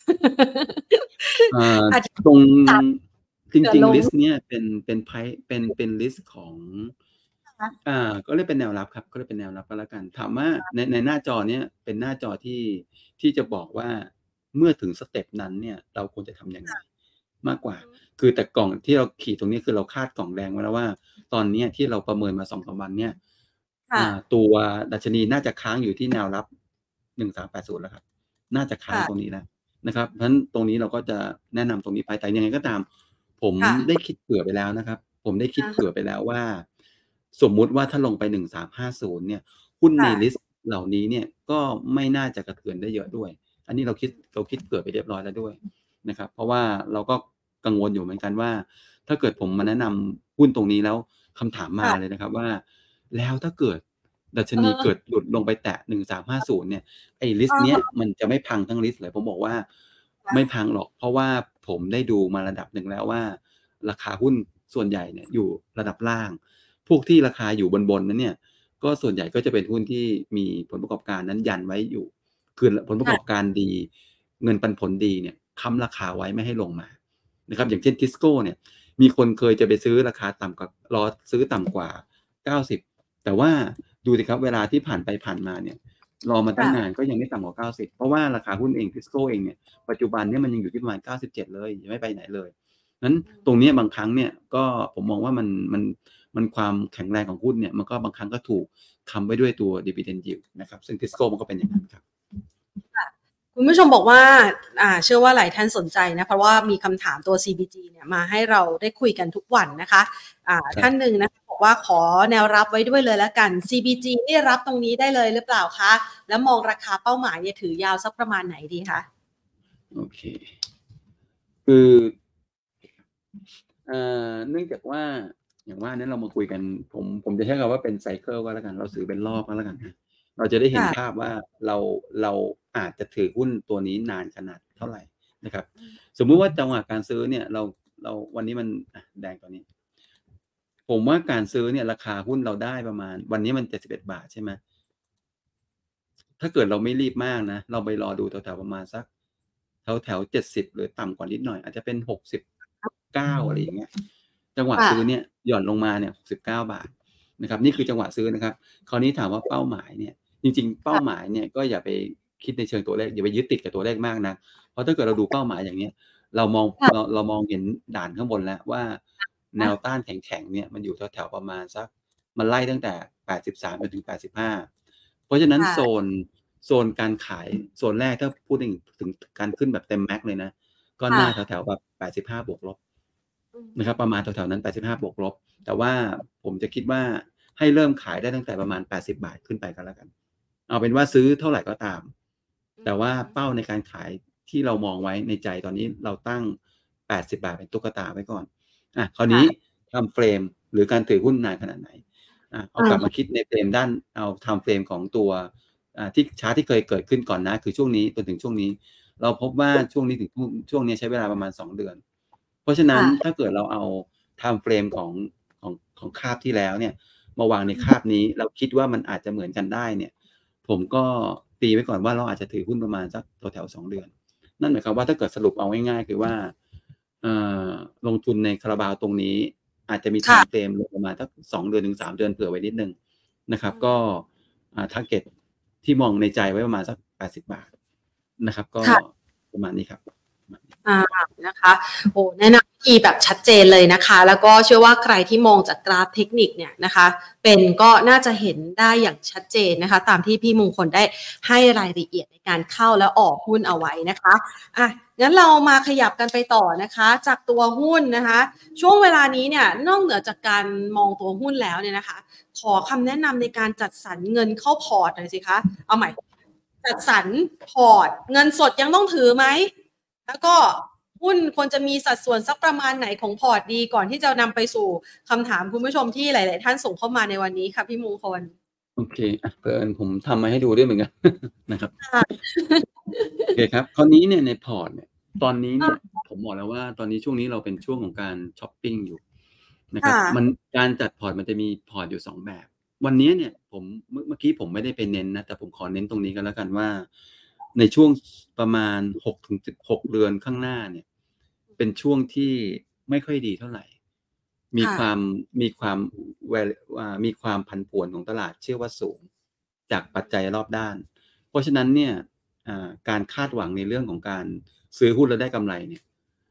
ตรงจริงๆลิสต์เนี้ยเป็นเป็นไพเป็นเป็นลิสต์ของอ่าก็เรียกเป็นแนวรับครับก็เรียกเป็นแนวรับก็แล้วกันถามว่าในในหน้าจอเนี้ยเป็นหน้าจอที่ที่จะบอกว่าเมื่อถึงสเต็ปนั้นเนี่ยเราควรจะทำยังไงมากกว่าคือแต่กล่องที่เราขีดตรงนี้คือเราคาดกล่องแดงไว้แล้วว่าตอนนี้ที่เราประเมินมา สองถึงสาม วันเนี่ยอ่าตัวดัชนีน่าจะค้างอยู่ที่แนวรับหนึ่งพันสามร้อยแปดสิบแล้วครับน่าจะค้างตรงนี้แล้วนะครับเพราะฉะนั้นตรงนี้เราก็จะแนะนำตรงนี้ไปแต่ยังไงก็ตามผมได้คิดเผื่อไปแล้วนะครับผมได้คิดเผื่อไปแล้วว่าสมมุติว่าถ้าลงไปหนึ่งพันสามร้อยห้าสิบเนี่ยหุ้นในลิสต์เหล่านี้เนี่ยก็ไม่น่าจะกระเทือนได้เยอะด้วยอันนี้เราคิดเราคิดเผื่อไปเรียบร้อยแล้วด้วยนะครับเพราะว่าเราก็กังวลอยู่เหมือนกันว่าถ้าเกิดผมมาแนะนำหุ้นตรงนี้แล้วคำถามมาเลยนะครับว่าแล้วถ้าเกิดดัชนีเกิดหลุดลงไปแตะหนึ่งพันสามร้อยห้าสิบเนี่ยไอ้ลิสต์เนี้ยมันจะไม่พังทั้งลิสต์เลยผมบอกว่าไม่พังหรอกเพราะว่าผมได้ดูมาระดับหนึ่งแล้วว่าราคาหุ้นส่วนใหญ่เนี่ยอยู่ระดับล่างพวกที่ราคาอยู่บนๆนั้นเนี่ยก็ส่วนใหญ่ก็จะเป็นหุ้นที่มีผลประกอบการนั้นยันไว้อยู่คือผลประกอบการดีเงินปันผลดีเนี่ยค้ำราคาไว้ไม่ให้ลงมานะครับอย่างเช่นทิสโก้เนี่ยมีคนเคยจะไปซื้อราคาต่ำกว่ารอซื้อต่ำกว่าเก้าสิบแต่ว่าดูสิครับเวลาที่ผ่านไปผ่านมาเนี่ยรอมาตั้งนานก็ยังไม่ต่ำกว่าเก้าสิบเพราะว่าราคาหุ้นเองทิสโก้เองเนี่ยปัจจุบันเนี่ยมันยังอยู่ที่ประมาณเก้าสิบเจ็ดเลยยังไม่ไปไหนเลยนั้นตรงนี้บางครั้งเนี่ยก็ผมมองว่ามันมันมันความแข็งแรงของหุ้นเนี่ยมันก็บางครั้งก็ถูกทำไว้ด้วยตัว dividend yield นะครับซึ่งทิสโก้มันก็เป็นอย่างนั้นครับคุณผู้ชมบอกว่าอ่าเชื่อว่าหลายท่านสนใจนะเพราะว่ามีคำถามตัว ซี บี จี เนี่ยมาให้เราได้คุยกันทุกวันนะคะอ่าท่านหนึ่งนะคะบอกว่าขอแนวรับไว้ด้วยเลยแล้วกัน ซี บี จี นี่รับตรงนี้ได้เลยหรือเปล่าคะแล้วมองราคาเป้าหมายเนี่ยถือยาวสักประมาณไหนดีคะโอเคคือเอ่อเนื่องจากว่าอย่างว่านั้นเรามาคุยกันผมผมจะใช้คำว่าเป็นไซเคิลก็แล้วกันเราถือเป็นรอบก็แล้วกันนะเราจะได้เห็นภาพว่าเราเราอาจจะถือหุ้นตัวนี้นานขนาดเท่าไหร่นะครับสมมุติว่าจังหวะการซื้อเนี่ยเราเราวันนี้มันแดงตัวนี้ผมว่าการซื้อเนี่ยราคาหุ้นเราได้ประมาณวันนี้มันเจ็ดสิบเอ็ดบาทใช่ไหมถ้าเกิดเราไม่รีบมากนะเราไปรอดูแถวๆประมาณสักแถวแถวเจ็ดสิบหรือต่ำกว่านิดหน่อยอาจจะเป็นหกสิบเก้าอะไรอย่างเงี้ยจังหวะซื้อเนี่ยหย่อนลงมาเนี่ยหกสิบเก้าบาทนะครับนี่คือจังหวะซื้อนะครับคราวนี้ถามว่าเป้าหมายเนี่ยจริงๆเป้าหมายเนี่ยก็อย่าไปคิดในเชิงตัวเลขอย่าไปยึดติดกับตัวเลขมากนะเพราะถ้าเกิดเราดูเป้าหมายอย่างเนี้ยเรามองเราเรามองเห็นด่านข้างบนแล้วว่าแนวต้านแข็งๆเนี่ยมันอยู่แถวๆประมาณสักมันไล่ตั้งแต่แปดสิบสามจนถึงแปดสิบห้าเพราะฉะนั้นโซนโซนการขายโซนแรกถ้าพูดถึงถึงการขึ้นแบบเต็มแม็กเลยนะก็น่าแถวๆแบบแปดสิบห้าบวกลบนะครับประมาณแถวๆนั้นแปดสิบห้าบวกลบแต่ว่าผมจะคิดว่าให้เริ่มขายได้ตั้งแต่ประมาณแปดสิบบาทขึ้นไปก็แล้วกันเอาเป็นว่าซื้อเท่าไหร่ก็ตามแต่ว่าเป้าในการขายที่เรามองไว้ในใจตอนนี้เราตั้งแปดสิบบาทเป็นตุ๊กตาไว้ก่อนอ่ะคราวนี้ทำเฟรมหรือการถือหุ้นนานขนาดไหนอ่ะเอากลับมาคิดในเฟรมด้านเอาทำเฟรมของตัวอ่าที่ชาร์ตที่เคยเกิดขึ้นก่อนนะคือช่วงนี้จนถึงช่วงนี้เราพบว่าช่วงนี้ถึงช่วงนี้ใช้เวลาประมาณสองเดือนเพราะฉะนั้นถ้าเกิดเราเอาไทม์เฟรมของของของคาบที่แล้วเนี่ยมาวางในคาบนี้เราคิดว่ามันอาจจะเหมือนกันได้เนี่ยผมก็ตีไว้ก่อนว่าเราอาจจะถือหุ้นประมาณสักแถวๆสองเดือนนั่นหมายความว่าถ้าเกิดสรุปเอาง่ายๆคือว่าเอ่อลงทุนในคาราบาวตรงนี้อาจจะมีไทม์เฟรมประมาณสักสองเดือนถึงสามเดือนเผื่อไว้นิดนึงนะครับก็อ่า target ที่มองในใจไว้ประมาณสักแปดสิบบาทนะครับก็ประมาณนี้ครับอ่านะคะโอ้แนะนำวิธีแบบชัดเจนเลยนะคะแล้วก็เชื่อว่าใครที่มองจากกราฟเทคนิคเนี่ยนะคะเป็นก็น่าจะเห็นได้อย่างชัดเจนนะคะตามที่พี่มงคลได้ให้รายละเอียดในการเข้าและออกหุ้นเอาไว้นะคะอ่ะงั้นเรามาขยับกันไปต่อนะคะจากตัวหุ้นนะคะช่วงเวลานี้เนี่ยนอกเหนือจากการมองตัวหุ้นแล้วเนี่ยนะคะขอคำแนะนำในการจัดสรรเงินเข้าพอร์ตหน่อยสิคะเอาใหม่จัดสรรพอร์ตเงินสดยังต้องถือไหมแล้วก็หุ้นควรจะมีสัดส่วนสักประมาณไหนของพอร์ตดีก่อนที่จะนำไปสู่คำถามคุณผู้ชมที่หลายๆท่านส่งเข้ามาในวันนี้ค่ะพี่มงคลโอเคอ่ะเพิ่นผมทำมาให้ดูด้วยเหมือนกัน นะครับโอเคครับคราวนี้เนี่ยในพอร์ตเนี่ยตอนนี้เนี่ยผมบอกแล้วว่าตอนนี้ช่วงนี้เราเป็นช่วงของการช้อปปิ้งอยู่นะครับมันการจัดพอร์ตมันจะมีพอร์ตอยู่สองแบบวันนี้เนี่ยผมเมื่อกี้ผมไม่ได้ไปเน้นนะแต่ผมขอเน้นตรงนี้กันแล้วกันว่าในช่วงประมาณหกถึงสิบหกเดือนข้างหน้าเนี่ยเป็นช่วงที่ไม่ค่อยดีเท่าไหร่มีความมีความแวมีความผันผวนของตลาดเชื่อว่าสูงจากปัจจัยรอบด้านเพราะฉะนั้นเนี่ยการคาดหวังในเรื่องของการซื้อหุ้นแล้วได้กำไรเนี่ย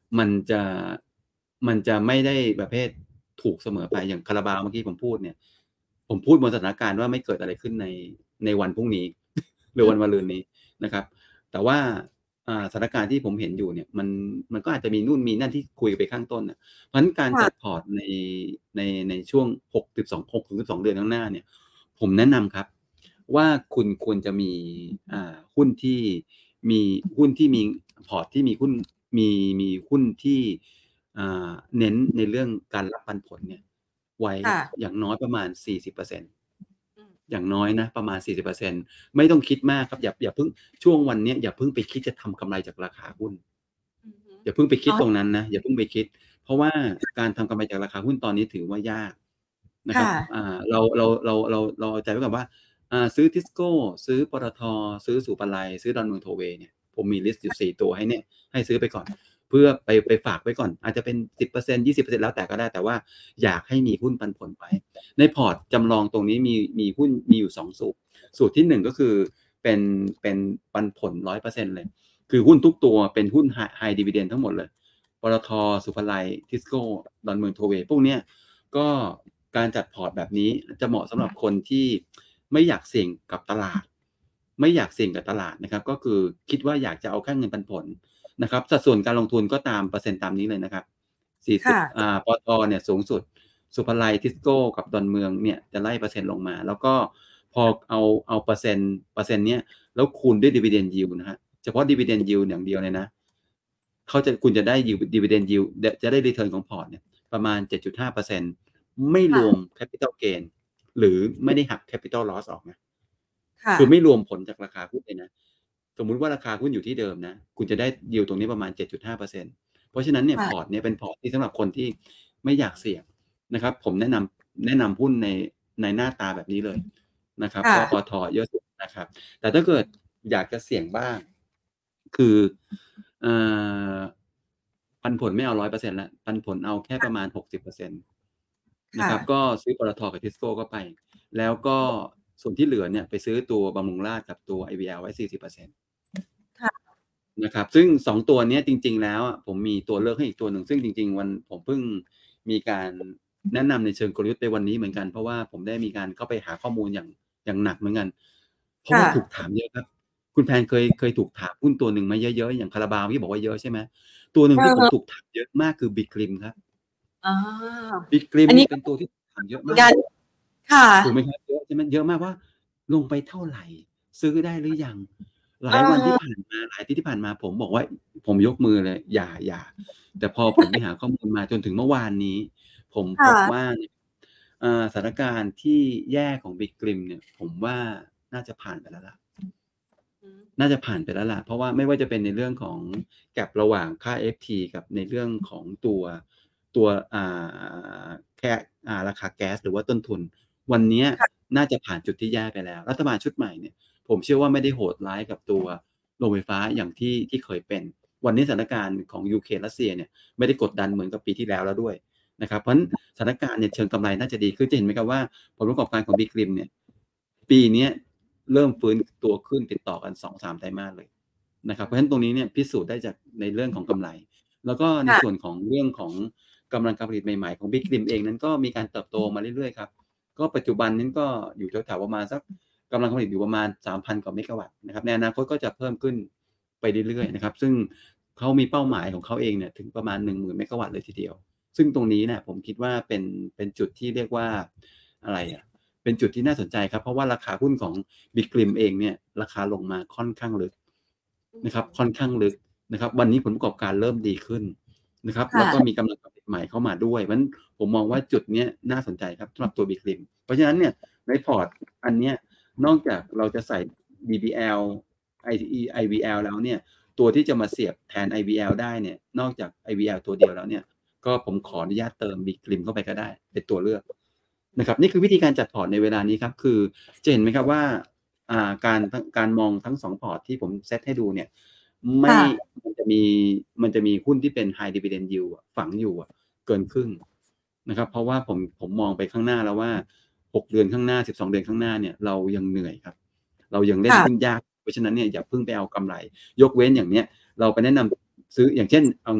มันจะมันจะไม่ได้ประเภทถูกเสมอไปอย่างคาราบาวเมื่อกี้ผมพูดเนี่ยผมพูดบนสถานการณ์ว่าไม่เกิดอะไรขึ้นในในวันพรุ่งนี้ หรือวันมะรืนนี้นะครับแต่ว่าอ่าสถานการณ์ที่ผมเห็นอยู่เนี่ยมันมันก็อาจจะมีนู่นมีนั่นที่คุยไปข้างต้นน่ะเพราะฉะนั้นการจัดค่ะพอร์ตในในในช่วงหกสิบสอง หกถึงสิบสองเดือนข้างหน้าเนี่ยผมแนะนำครับว่าคุณควรจะมีอ่าหุ้นที่มีหุ้นที่มีพอร์ตที่มีหุ้นมีมีหุ้นที่อ่าเน้นในเรื่องการรับปันผลเนี่ยไว้ค่ะอย่างน้อยประมาณสี่สิบเปอร์เซ็นต์อืมอย่างน้อยนะประมาณสี่สิบเปอร์เซ็นต์ไม่ต้องคิดมากครับอย่าอย่าเพิ่งช่วงวันเนี้ยอย่าเพิ่งไปคิดจะทำกำไรจากราคาหุ้นอือฮึอย่าเพิ่งไปคิอ๋อดตรงนั้นนะอย่าเพิ่งไปคิดเพราะว่าการทำกำไรจากราคาหุ้นตอนนี้ถือว่ายากนะครับค่ะอ่าเราเราเราเราเราเอาใจไว้ก่อนว่าอ่าซื้อ Tisco ซื้อปตทซื้อสุภาลัยซื้อดอนเมืองโทเวย์เนี่ยผมมีลิสต์อยู่สี่ตัวให้เนี่ยให้ซื้อไปก่อนเพื่อไปไปฝากไว้ก่อนอาจจะเป็น สิบเปอร์เซ็นต์ ยี่สิบเปอร์เซ็นต์ แล้วแต่ก็ได้แต่ว่าอยากให้มีหุ้นปันผลไว้ในพอร์ตจำลองตรงนี้มีมีหุ้นมีอยู่สองสูตรสูตรที่หนึ่งก็คือเป็นเป็นปันผล หนึ่งร้อยเปอร์เซ็นต์ เลยคือหุ้นทุกตัวเป็นหุ้น High High Dividend ทั้งหมดเลย ปตทสุภาลัยทิสโก้ดอนเมืองโทเวย์พวกเนี้ยก็การจัดพอร์ตแบบนี้จะเหมาะสำหรับคนที่ไม่อยากเสี่ยงกับตลาดไม่อยากเสี่ยงกับตลาดนะครับก็คือคิดว่าอยากจะเอาแค่เงินปันผลนะครับสัดส่วนการลงทุนก็ตามเปอร์เซ็นต์ตามนี้เลยนะครับสี่สิบค่ะอ่าปตทเนี่ยสูงสุดสุภาลัยทิสโก้กับดอนเมืองเนี่ยจะไล่เปอร์เซ็นต์ลงมาแล้วก็พอเอาเอาเปอร์เซ็นต์เปอร์เซ็นต์เนี้ยแล้วคูณด้วย dividend yield นะฮะเฉพาะ dividend yield อย่างเดียวเลยนะ เขาจะคุณจะได้ yield dividend yield จะได้ return ของพอร์ตเนี่ยประมาณ เจ็ดจุดห้าเปอร์เซ็นต์ ไม่รวมค่ะ capital gain หรือไม่ได้หัก capital loss ออกนะค่ะคือไม่รวมผลจากราคาหุ้นเลยนะสมมุติว่าราคาหุ้นอยู่ที่เดิมนะคุณจะได้ yield ตรงนี้ประมาณ เจ็ดจุดห้าเปอร์เซ็นต์ เพราะฉะนั้นเนี่ยพอร์ตค่ะเนี่ยเป็นพอร์ตที่สำหรับคนที่ไม่อยากเสี่ยงนะครับผมแนะนำแนะนำหุ้นในในหน้าตาแบบนี้เลยนะครับค่ะก็ปตทเยอะสุดนะครับแต่ถ้าเกิดอยากจะเสี่ยงบ้างคือเอ่อ ปันผลไม่เอา หนึ่งร้อยเปอร์เซ็นต์ แล้วปันผลเอาแค่ประมาณ หกสิบเปอร์เซ็นต์ นะค่ะครับก็ซื้อปตทกับ Tisco เข้าไปแล้วก็ส่วนที่เหลือเนี่ยไปซื้อตัวบำรุงราษฎร์กับตัว ไอ วี แอล ไว้ สี่สิบเปอร์เซ็นต์ค่ะนะครับซึ่งสองตัวเนี้ยจริงๆแล้วอะผมมีตัวเลือกให้อีกตัวหนึ่งซึ่งจริงๆวันผมเพิ่งมีการแนะนำในเชิงกลยุทธ์ในวันนี้เหมือนกันเพราะว่าผมได้มีการเข้าไปหาข้อมูลอย่างอย่างหนักเหมือนกันเพราะว่าค่ะถูกถามเยอะครับคุณแพนเคยเคยถูกถามหุ้นตัวหนึ่งมาเยอะๆอย่างคาราบาวที่บอกว่าเยอะใช่ไหมตัวหนึ่งที่ผมอะฮะถูกถามเยอะมากคือ Big Grim ครับอ๋อ Big Grim อันนี้ก็เนี่ยเป็นตัวที่ถามเยอะเหมือนกันมากค่ะถูกไหมครับเยอะใช่ไหมเยอะมากว่าลงไปเท่าไหร่ซื้อได้หรือยังหอะลายวันที่ฮะผ่านมาหลายอาทิตย์ที่ผ่านมาผมบอกว่าผมยกมือเลยอย่าอย่าแต่พอผมไปหาข้อมูลมาจนถึงเมื่อวานนี้ผมพบค่ะว่าเอ่อสถานการณ์ที่แย่ของ Big Grim เนี่ยผมว่าน่าจะผ่านไปแล้วล่ะอืมน่าจะผ่านไปแล้วล่ะเพราะว่าไม่ว่าจะเป็นในเรื่องของ gap ระหว่างค่า เอฟ ที กับในเรื่องของตัวตัวอ่าแค่อ่าราคาแก๊สหรือว่าต้นทุนวันเนี้ยค่ะน่าจะผ่านจุดที่แย่ไปแล้วรัฐบาลชุดใหม่เนี่ยผมเชื่อว่าไม่ได้โหดร้ายกับตัวโรงไฟฟ้าอย่างที่ที่เคยเป็นวันนี้สถานการณ์ของยูเครนรัสเซียเนี่ยไม่ได้กดดันเหมือนกับปีที่แล้วแล้วด้วยนะครับเพราะฉะนั้นสถานการณ์เนี่ยเชิงกำไรน่าจะดีขึ้นจะเห็นไหมครับว่าผลประกอบการของ Big Rim เนี่ยปีเนี้ย เริ่มฟื้นตัวขึ้นติดต่อกัน สองถึงสาม ไตรมาสเลยนะครับเพราะฉะนั้นตรงนี้เนี่ยพิสูจน์ได้จากในเรื่องของกำไรแล้วก็ในส่วนค่ะของเรื่องของกำลังการผลิตใหม่ๆของ Big Rim เองนั้นก็มีการเติบโตมาเรื่อยๆครับก็ปัจจุบันนั้นก็อยู่แถวๆประมาณสักกำลังการผลิตอยู่ประมาณ สามพัน กว่าเมกะวัตต์นะครับในอนาคตก็จะเพิ่มขึ้นไปเรื่อยๆนะครับซึ่งเขามีเป้าหมายของเขาเองเนี่ยถึงประมาณ หนึ่งหมื่น เมกะวัตต์เลยทีเดียวซึ่งตรงนี้เนี่ยผมคิดว่าเป็นเป็นจุดที่เรียกว่าอะไรอะ เป็นจุดที่น่าสนใจครับเพราะว่าราคาหุ้นของ Big Grim เองเนี่ยราคาลงมาค่อนข้างลึกอืนะครับค่อนมข้างลึกนะครับวันนี้ผลประกอบการเริ่มดีขึ้นนะครับแล้วก็ค่ะมีกำลังการผลิตใหม่เข้ามาด้วยเพราะฉะนั้นผมมองว่าจุดเนี้ยน่าสนใจครับสำหรับตัว Big Grim เพราะฉะนั้นเนี่ยในพอร์ตอันเนี้ยนอกจากเราจะใส่ บี บี แอล ไอ อี ไอ วี แอล แล้วเนี่ยตัวที่จะมาเสียบแทน ไอ วี แอล ได้เนี่ยนอกจาก ไอ วี แอล ตัวเดียวแล้วเนี่ยก็ผมขออนุญาตเติม Big Grim เข้าไปก็ได้เป็นตัวเลือก นะครับนี่คือวิธีการจัดพอร์ตในเวลานี้ครับคือจะเห็นไหมครับว่าอ่าการการมองทั้งสองพอร์ตที่ผมเซตให้ดูเนี่ยไม่ค่ะมันจะมีมันจะมีหุ้นที่เป็น High Dividend Yield อะฝังอยู่อะเกินครึ่งนะครับเพราะว่าผมผมมองไปข้างหน้าแล้วว่าหกเดือนข้างหน้าสิบสองเดือนข้างหน้าเนี่ยเรายังเหนื่อยครับเรายังเล่นหุ้นค่ะยากเพราะฉะนั้นเนี่ยอย่าเพิ่งไปเอากำไรยกเว้นอย่างเนี้ยเราไปแนะนำซื้ออย่างเช่นเอางี้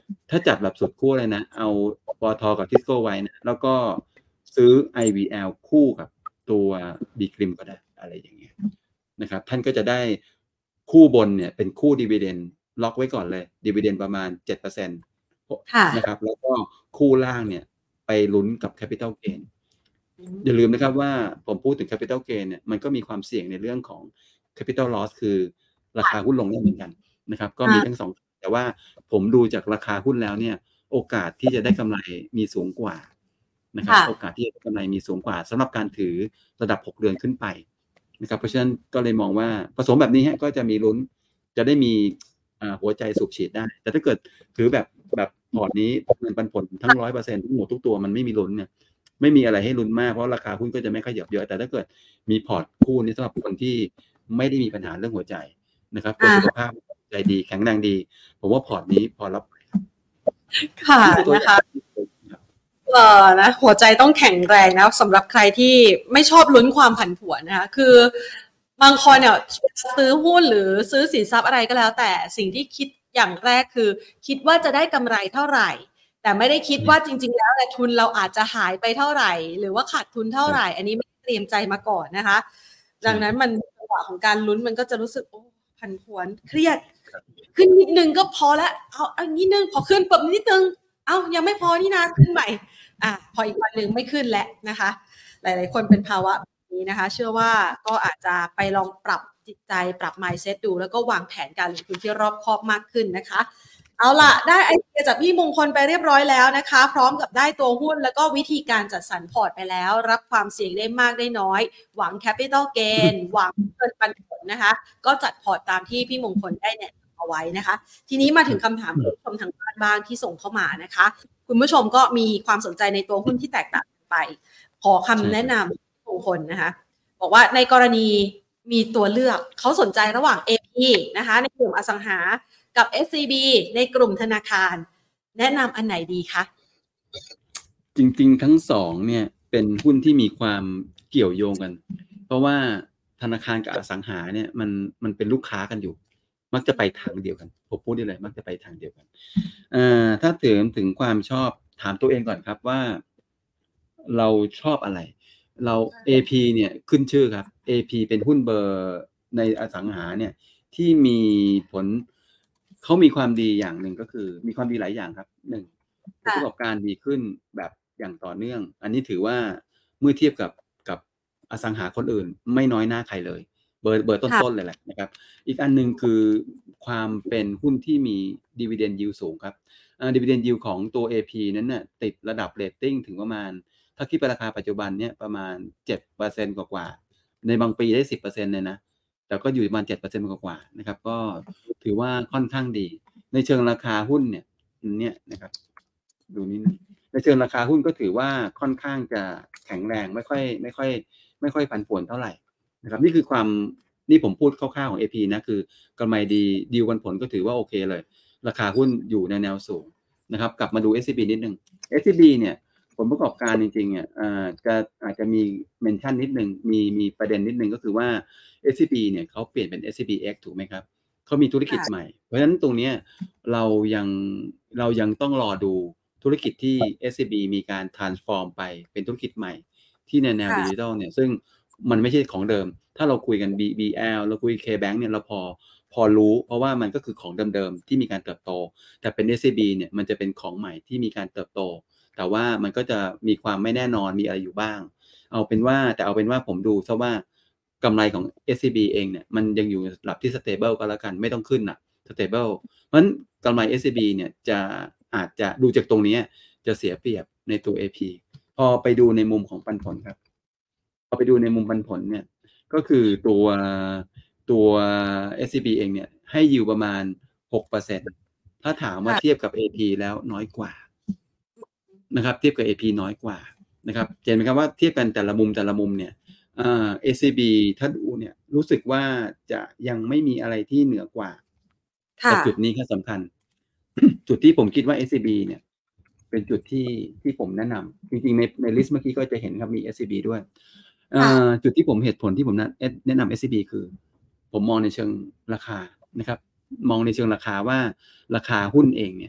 ถ้าจัดแบบสุดขั้วเลยนะเอาปตท.กับ Tisco ไว้นะแล้วก็ซื้อ ไอ วี แอล คู่กับตัว B คริมก็ได้อะไรอย่างเงี้ยนะครับท่านก็จะได้คู่บนเนี่ยเป็นคู่ Dividend ล็อกไว้ก่อนเลย Dividend ประมาณ เจ็ดเปอร์เซ็นต์ค่ะนะครับแล้วก็คู่ล่างเนี่ยไปลุ้นกับ Capital Gain อย่าลืมนะครับว่าผมพูดถึง Capital Gain เนี่ยมันก็มีความเสี่ยงในเรื่องของ Capital Loss คือราคาหุ้นลงได้เหมือนกันนะครับก็มีทั้งสองแต่ว่าผมดูจากราคาหุ้นแล้วเนี่ยโอกาสที่จะได้กำไรมีสูงกว่านะครับโอกาสที่จะได้กำไรมีสูงกว่าสำหรับการถือระดับหกเดือนขึ้นไปนะครับเพราะฉะนั้นก็เลยมองว่าผสมแบบนี้ฮะก็จะมีลุ้นจะได้มีหัวใจสูบฉีดได้แต่ถ้าเกิดถือแบบแบบพอร์ตนี้เงินปันผลทั้ง ร้อยเปอร์เซ็นต์ ทั้งหมดทุกตัวมันไม่มีลุ้นเนี่ยไม่มีอะไรให้ลุ้นมากเพราะราคาหุ้นก็จะไม่ขยับเยอะแต่ถ้าเกิดมีพอร์ตคู่นี้สำหรับคนที่ไม่ได้มีปัญหาเรื่องหัวใจนะครับตัวสุขภาพใจดีแข็งแรงดีผมว่าพอร์ตนี้พอรับค่ะนะคะเออนะหัวใจต้องแข็งแรงนะสำหรับใครที่ไม่ชอบลุ้นความผันผวนนะคะคือบางคนเนี่ยซื้อหุ้นหรือซื้อสินทรัพย์อะไรก็แล้วแต่สิ่งที่คิดอย่างแรกคือคิดว่าจะได้กำไรเท่าไหร่แต่ไม่ได้คิดว่าจริงๆแล้วทุนเราอาจจะหายไปเท่าไหร่หรือว่าขาดทุนเท่าไหร่อันนี้ไม่เตรียมใจมาก่อนนะคะดังนั้นมันจังหวะของการลุ้นมันก็จะรู้สึกโอ้ผันผวนเครียดขึ้นนิดนึงก็พอแล้วเอาอันนิดนึงพอขึ้นปุ๊บนิดนึงเอ้ายังไม่พอนี่นะขึ้นใหม่อ่ะพออีกวันนึงไม่ขึ้นแล้วนะคะหลายๆคนเป็นภาวะแบบนี้นะคะเชื่อว่าก็อาจจะไปลองปรับจิตใจปรับ mindset ดูแล้วก็วางแผนการลงทุนที่รอบคอบมากขึ้นนะคะเอาล่ะได้ไอเดียจากพี่มงคลไปเรียบร้อยแล้วนะคะพร้อมกับได้ตัวหุ้นแล้วก็วิธีการจัดสรรพอร์ตไปแล้วรับความเสี่ยงได้มากได้น้อยหวัง capital gain หวังเงินปันผลนะคะก็จัดพอร์ตตามที่พี่มงคลได้เนี่ยเอาไว้นะคะทีนี้มาถึงคำถามคุณผู้ชมทางบ้านบ้างที่ส่งเข้ามานะคะคุณผู้ชมก็มีความสนใจในตัวหุ้นที่แตกต่างไปขอคำแนะนำมงคลนะคะบอกว่าในกรณีมีตัวเลือกเขาสนใจระหว่าง เอ พี นะคะในกลุ่มอสังหากับ เอส ซี บี ในกลุ่มธนาคารแนะนำอันไหนดีคะจริงๆทั้งสองเนี่ยเป็นหุ้นที่มีความเกี่ยวโยงกันเพราะว่าธนาคารกับอสังหาเนี่ยมันมันเป็นลูกค้ากันอยู่มักจะไปทางเดียวกันผมพูดได้เลยมักจะไปทางเดียวกันเอ่อถ้าถึงถึงความชอบถามตัวเองก่อนครับว่าเราชอบอะไรเรา เอ พี เนี่ยขึ้นชื่อครับ เอ พี เป็นหุ้นเบอร์ในอสังหาเนี่ยที่มีผลเขามีความดีอย่างหนึ่งก็คือมีความดีหลายอย่างครับหนึ่งผลประกอบการดีขึ้นแบบอย่างต่อเนื่องอันนี้ถือว่าเมื่อเทียบกับกับอสังหาคนอื่นไม่น้อยหน้าใครเลยเบอร์เบอร์ต้นๆเลยแหละนะครับอีกอันนึงคือความเป็นหุ้นที่มี dividend yield สูงครับอ่า dividend yield ของตัว เอ พี นั้นน่ะติดระดับเรตติ้งถึงประมาณถ้าคิดเป็นราคาปัจจุบันเนี่ยประมาณ เจ็ดเปอร์เซ็นต์ กว่าๆในบางปีได้ สิบเปอร์เซ็นต์ เลยนะแต่ก็อยู่ประมาณ เจ็ดเปอร์เซ็นต์ กว่าๆนะครับก็ถือว่าค่อนข้างดีในเชิงราคาหุ้นเนี่ยเนี่ยนะครับดูนิดนึงในเชิงราคาหุ้นก็ถือว่าค่อนข้างจะแข็งแรงไม่ค่อยไม่ค่อยไม่ค่อยผันผวนเท่าไหร่นะครับนี่คือความนี่ผมพูดคร่าวๆของ เอ พี นะคือกำไรดีดีลปันผลก็ถือว่าโอเคเลยราคาหุ้นอยู่ในแนวสูงนะครับกลับมาดู เอส ซี บี นิดนึง เอส ซี บี เนี่ยผลประกอบการจริงๆเนี่ยจะอาจจะมีเมนชั่นนิดนึงมีมีประเด็นนิดนึงก็คือว่า เอส ซี บี เนี่ยเขาเปลี่ยนเป็น เอส ซี บี เอ็กซ์ ถูกไหมครับเขามีธุรกิจใหม่เพราะฉะนั้นตรงนี้เรายังเรายังต้องรอดูธุรกิจที่ เอส ซี บี มีการ transform ไปเป็นธุรกิจใหม่ที่ในแนวดิจิทัลเนี่ยซึ่งมันไม่ใช่ของเดิมถ้าเราคุยกัน บี บี แอล เราคุย K-Bank เนี่ยเราพอพอรู้เพราะว่ามันก็คือของเดิมๆที่มีการเติบโตแต่เป็น เอส ซี บี เนี่ยมันจะเป็นของใหม่ที่มีการเติบโตแต่ว่ามันก็จะมีความไม่แน่นอนมีอะไรอยู่บ้างเอาเป็นว่าแต่เอาเป็นว่าผมดูซะว่ากำไรของ เอส ซี บี เองเนี่ยมันยังอยู่ในระดับที่ stable ก็แล้วกันไม่ต้องขึ้นน่ะ stable เพราะฉะนั้นกำไร เอส ซี บี เนี่ยจะอาจจะดูจากตรงนี้จะเสียเปรียบในตัว เอ พี พอไปดูในมุมของปันผลครับพอไปดูในมุมปันผลเนี่ยก็คือตัวตัว เอส ซี บี เองเนี่ยให้ยิวประมาณ หกเปอร์เซ็นต์ ถ้าถามว่าเทียบกับ เอ พี แล้วน้อยกว่านะครับเทียบกับ เอ พี น้อยกว่านะครับเห็นไหมครับว่าเทียบกันแต่ละมุมแต่ละมุมเนี่ยเอ่อ เอส ซี บี ถ้าดูเนี่ยรู้สึกว่าจะยังไม่มีอะไรที่เหนือกว่าแต่จุดนี้ก็สำคัญ จุดที่ผมคิดว่า เอส ซี บี เนี่ยเป็นจุดที่ที่ผมแนะนำจริงๆในในลิสต์เมื่อกี้ก็จะเห็นครับมี เอส ซี บี ด้วยจุดที่ผมเหตุผลที่ผมแนะนำ เอส ซี บี คือผมมองในเชิงราคานะครับมองในเชิงราคาว่าราคาหุ้นเองเนี่ยข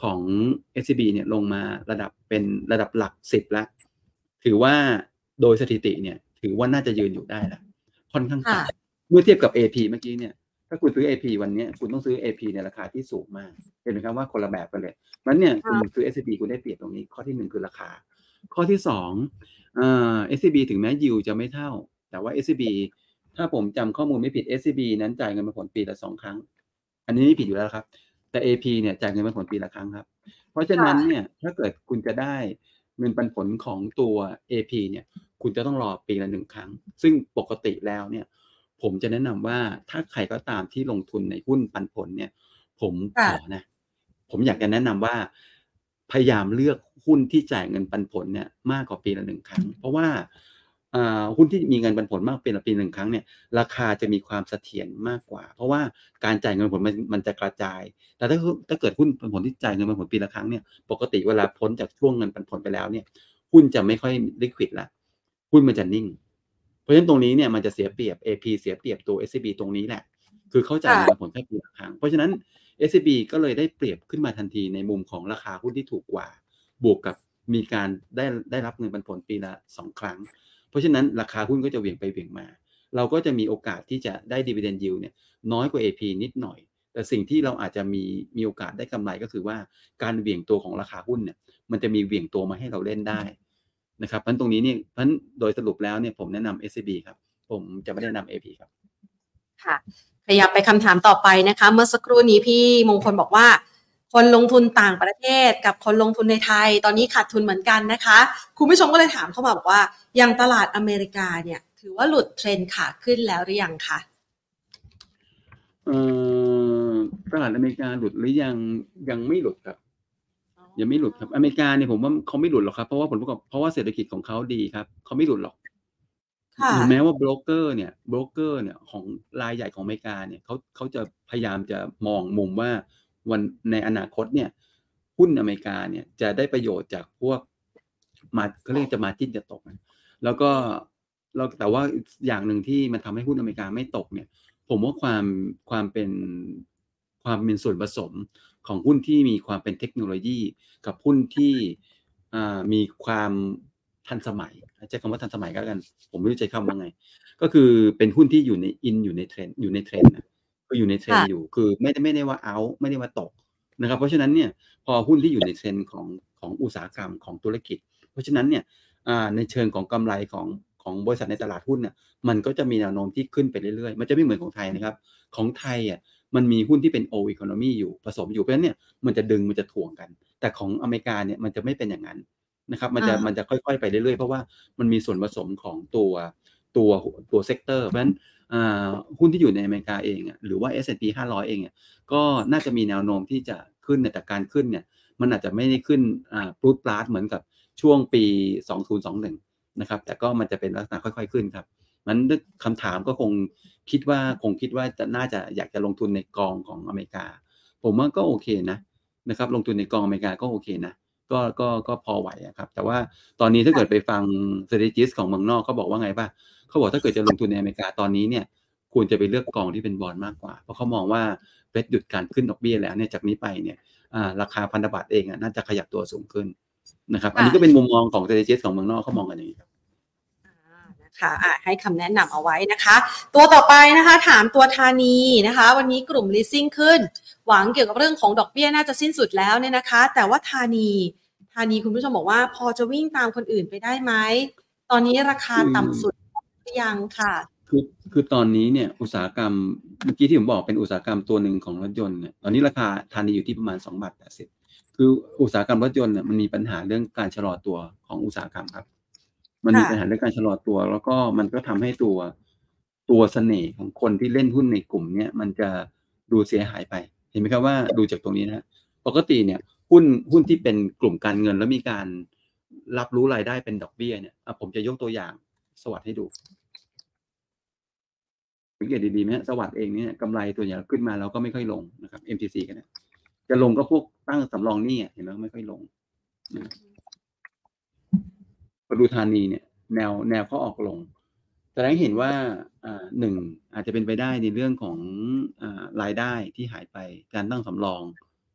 ของ เอส ซี บี เนี่ยลงมาระดับเป็นระดับหลักสิบแล้วถือว่าโดยสถิติเนี่ยถือว่าน่าจะยืนอยู่ได้แล้วค่อนข้างค่ะต่ำเมื่อเทียบกับ เอ พี เมื่อกี้เนี่ยถ้าคุณซื้อ เอ พี วันนี้คุณต้องซื้อ เอ พี ในราคาที่สูงมากเห็นไหมครับว่าคนละแบบกันเลยงั้นเนี่ยคุณซื้อ เอส ซี บี คุณได้เปรียบตรงนี้ข้อที่หนึ่งคือราคาข้อที่สองเอ่อ เอส ซี บี ถึงแม้ yield จะไม่เท่าแต่ว่า เอส ซี บี ถ้าผมจำข้อมูลไม่ผิด เอส ซี บี นั้นจ่ายเงินปันผลปีละสองครั้งอันนี้ไม่ผิดอยู่แล้วครับแต่ เอ พี เนี่ยจ่ายเงินปันผลปีละครั้งครับเพราะฉะนั้นเนี่ยถ้าเกิดคุณจะได้เงินปันผลของตัว เอ พี เนี่ยคุณจะต้องรอปีละหนึ่งครั้งซึ่งปกติแล้วเนี่ยผมจะแนะนำว่าถ้าใครก็ตามที่ลงทุนในหุ้นปันผลเนี่ยผมขอนะผมอยากจะแนะนำว่าพยายามเลือกหุ้นที่จ่ายเงินปันผลเนี่ยมากกว่าปีละหนึ่งครั้งเพราะว่าหุ้นที่มีเงินปันผลมากเป็นปีหนึ่งครั้งเนี่ยราคาจะมีความเสถียรมากกว่าเพราะว่าการจ่ายเงินปันผลมันมันจะกระจายแต่ถ้าถ้าเกิดหุ้นปันผลที่จ่ายเงินปันผลปีละครั้งเนี่ยปกติเวลาพ้นจากช่วงเงินปันผลไปแล้วเนี่ยหุ้นจะไม่ค่อยลิควิดละหุ้นมันจะนิ่งเพราะฉะนั้นตรงนี้เนี่ยมันจะเสียเปรียบ เอ พี เสียเปรียบตัว เอส ซี บี ตรงนี้แหละคือเขาจ่ายเงินปันผลแค่ปีละครั้งเพราะฉะนั้น เอส ซี บี ก็เลยได้เปรียบขึ้นมาทันทีในมุมของราคาหุ้นที่ถูกกว่าบวกกับมีการได้ได้รับเงินปันผลปีละสองครั้งเพราะฉะนั้นราคาหุ้นก็จะเหวี่ยงไปเหวี่ยงมาเราก็จะมีโอกาสที่จะได้ dividend yield เนี่ยน้อยกว่า เอ พี นิดหน่อยแต่สิ่งที่เราอาจจะมีมีโอกาสได้กำไรก็คือว่าการเหวี่ยงตัวของราคาหุ้นเนี่ยมันจะมีเหวี่ยงตัวมาให้เราเล่นได้นะครับเพราะตรงนี้เนี่ยเพราะโดยสรุปแล้วเนี่ยผมแนะนำ เอส ซี บี ครับผมจะไม่แนะนำ เอ พี ครับค่ะขยับไปคำถามต่อไปนะคะเมื่อสักครู่นี้พี่มงคลบอกว่าคนลงทุนต่างประเทศกับคนลงทุนในไทยตอนนี้ขาดทุนเหมือนกันนะคะคุณผู้ชมก็เลยถามเข้ามาบอกว่ายังตลาดอเมริกาเนี่ยถือว่าหลุดเทรนด์ขาขึ้นแล้วหรือยังคะเอ่อตลาดอเมริกาหลุดหรือยังยังไม่หลุดครับยังไม่หลุดครับอเมริกาเนี่ยผมว่าเขาไม่หลุดหรอกครับเพราะว่าผลประกอบเพราะว่าเศรษฐกิจของเขาดีครับเขาไม่หลุดหรอกถึงแม้ว่าโบรกเกอร์เนี่ยโบรกเกอร์เนี่ยของรายใหญ่ของอเมริกาเนี่ยเขาเขาจะพยายามจะมองมุมว่าวันในอนาคตเนี่ยหุ้นอเมริกาเนี่ยจะได้ประโยชน์จากพวกมาเขาเรียกจะมาจิ้นจะตกแล้วก็เราแต่ว่าอย่างหนึ่งที่มันทำให้หุ้นอเมริกาไม่ตกเนี่ยผมว่าความความเป็นความเป็นส่วนผสมของหุ้นที่มีความเป็นเทคโนโลยีกับหุ้นที่มีความทันสมัยใช้คำว่าทันสมัยก็กันผมไม่รู้ใจคำว่าไงก็คือเป็นหุ้นที่อยู่ในอินอยู่ในเทรนอยู่ในเทรนนะก็อยู่ในเทรนอยู่คือไม่ได้ไม่ได้ว่าเอาไม่ได้ว่าตกนะครับเพราะฉะนั้นเนี่ยพอหุ้นที่อยู่ในเทรนของของอุตสาหกรรมของธุรกิจเพราะฉะนั้นเนี่ยในเชิงของกำไรของของบริษัทในตลาดหุ้นเนี่ยมันก็จะมีแนวโน้มที่ขึ้นไปเรื่อยๆมันจะไม่เหมือนของไทยนะครับของไทยอ่ะมันมีหุ้นที่เป็น old economy อยู่ผสมอยู่เพราะฉะนั้นเนี่ยมันจะดึงมันจะถ่วงกันแต่ของอเมริกาเนี่ยมันจะไม่เป็นอย่างนั้นนะครับมันจะมันจะค่อยๆไปเรื่อยๆเพราะว่ามันมีส่วนผสมของตัวตัวตัวเซกเตอร์เพราะฉะนั้นหุ้นที่อยู่ในอเมริกาเองหรือว่า เอส แอนด์ พี ห้าร้อยเองก็น่าจะมีแนวโน้มที่จะขึ้นแต่การขึ้นเนี่ยมันอาจจะไม่ได้ขึ้นปรูดปราดเหมือนกับช่วงปีสองพันยี่สิบเอ็ดนะครับแต่ก็มันจะเป็นลักษณะค่อยๆขึ้นครับมันคำถามก็คงคิดว่าคงคิดว่าจะน่าจะอยากจะลงทุนในกองของอเมริกาผมว่าก็โอเคนะนะครับลงทุนในกองอเมริกาก็โอเคนะก็ก็ก็พอไหวครับแต่ว่าตอนนี้ถ้าเกิดไปฟัง strategist ของเมืองนอกเขาบอกว่าไงป่ะเขาบอกถ้าเกิดจะลงทุนในอเมริกาตอนนี้เนี่ยควรจะไปเลือกกองที่เป็นบอนด์มากกว่าเพราะเขามองว่าเฟดหยุดการขึ้นดอกเบี้ยแล้วเนี่ยจากนี้ไปเนี่ยราคาพันธบัตรเองน่าจะขยับตัวสูงขึ้นนะครับอันนี้ก็เป็นมุมมองของ strategist ของเมืองนอกเขามองกันอย่างนี้ครับค่ะให้คำแนะนำเอาไว้นะคะตัวต่อไปนะคะถามตัวธานีนะคะวันนี้กลุ่ม leasing ขึ้นหวังเกี่ยวกับเรื่องของดอกเบี้ยน่าจะสิ้นสุดแล้วเนี่ยนะคะแต่ว่าธานีธานีคุณผู้ชมบอกว่าพอจะวิ่งตามคนอื่นไปได้ไหมตอนนี้ราคาต่ำสุดหรือยังค่ะคือคือตอนนี้เนี่ยอุตสาหกรรมเมื่อกี้ที่ผมบอกเป็นอุตสาหกรรมตัวหนึ่งของรถยนต์เนี่ยตอนนี้ราคาธานีอยู่ที่ประมาณสองบาทแปดสิบคืออุตสาหกรรมรถยนต์เนี่ยมันมีปัญหาเรื่องการชะลอตัวของอุตสาหกรรมครับมันมีปัญหาเรื่องการชะลอตัวแล้วก็มันก็ทำให้ตัวตัวเสน่ห์ของคนที่เล่นหุ้นในกลุ่มนี้มันจะดูเสียหายไปเห็นไหมครับว่าดูจากตรงนี้นะปกติเนี่ยหุ้นหุ้นที่เป็นกลุ่มการเงินแล้วมีการรับรู้รายได้เป็นดอกเบี้ยเนี่ยผมจะยกตัวอย่างสวัสดิ์ให้ดูสังเกตดีๆไหมสวัสดิ์เองเนี่ยกำไรตัวใหญ่ขึ้นมาแล้วก็ไม่ค่อยลงนะครับ เอ็ม ที ซี กันเนี่ยจะลงก็พวกตั้งสำรองหนี้เห็นไหมไม่ค่อยลงนะปทุมธานีเนี่ยแนวแนวเขาออกลงแสดงให้เห็นว่าหนึ่งอาจจะเป็นไปได้ในเรื่องของรายได้ที่หายไปการตั้งสำรอง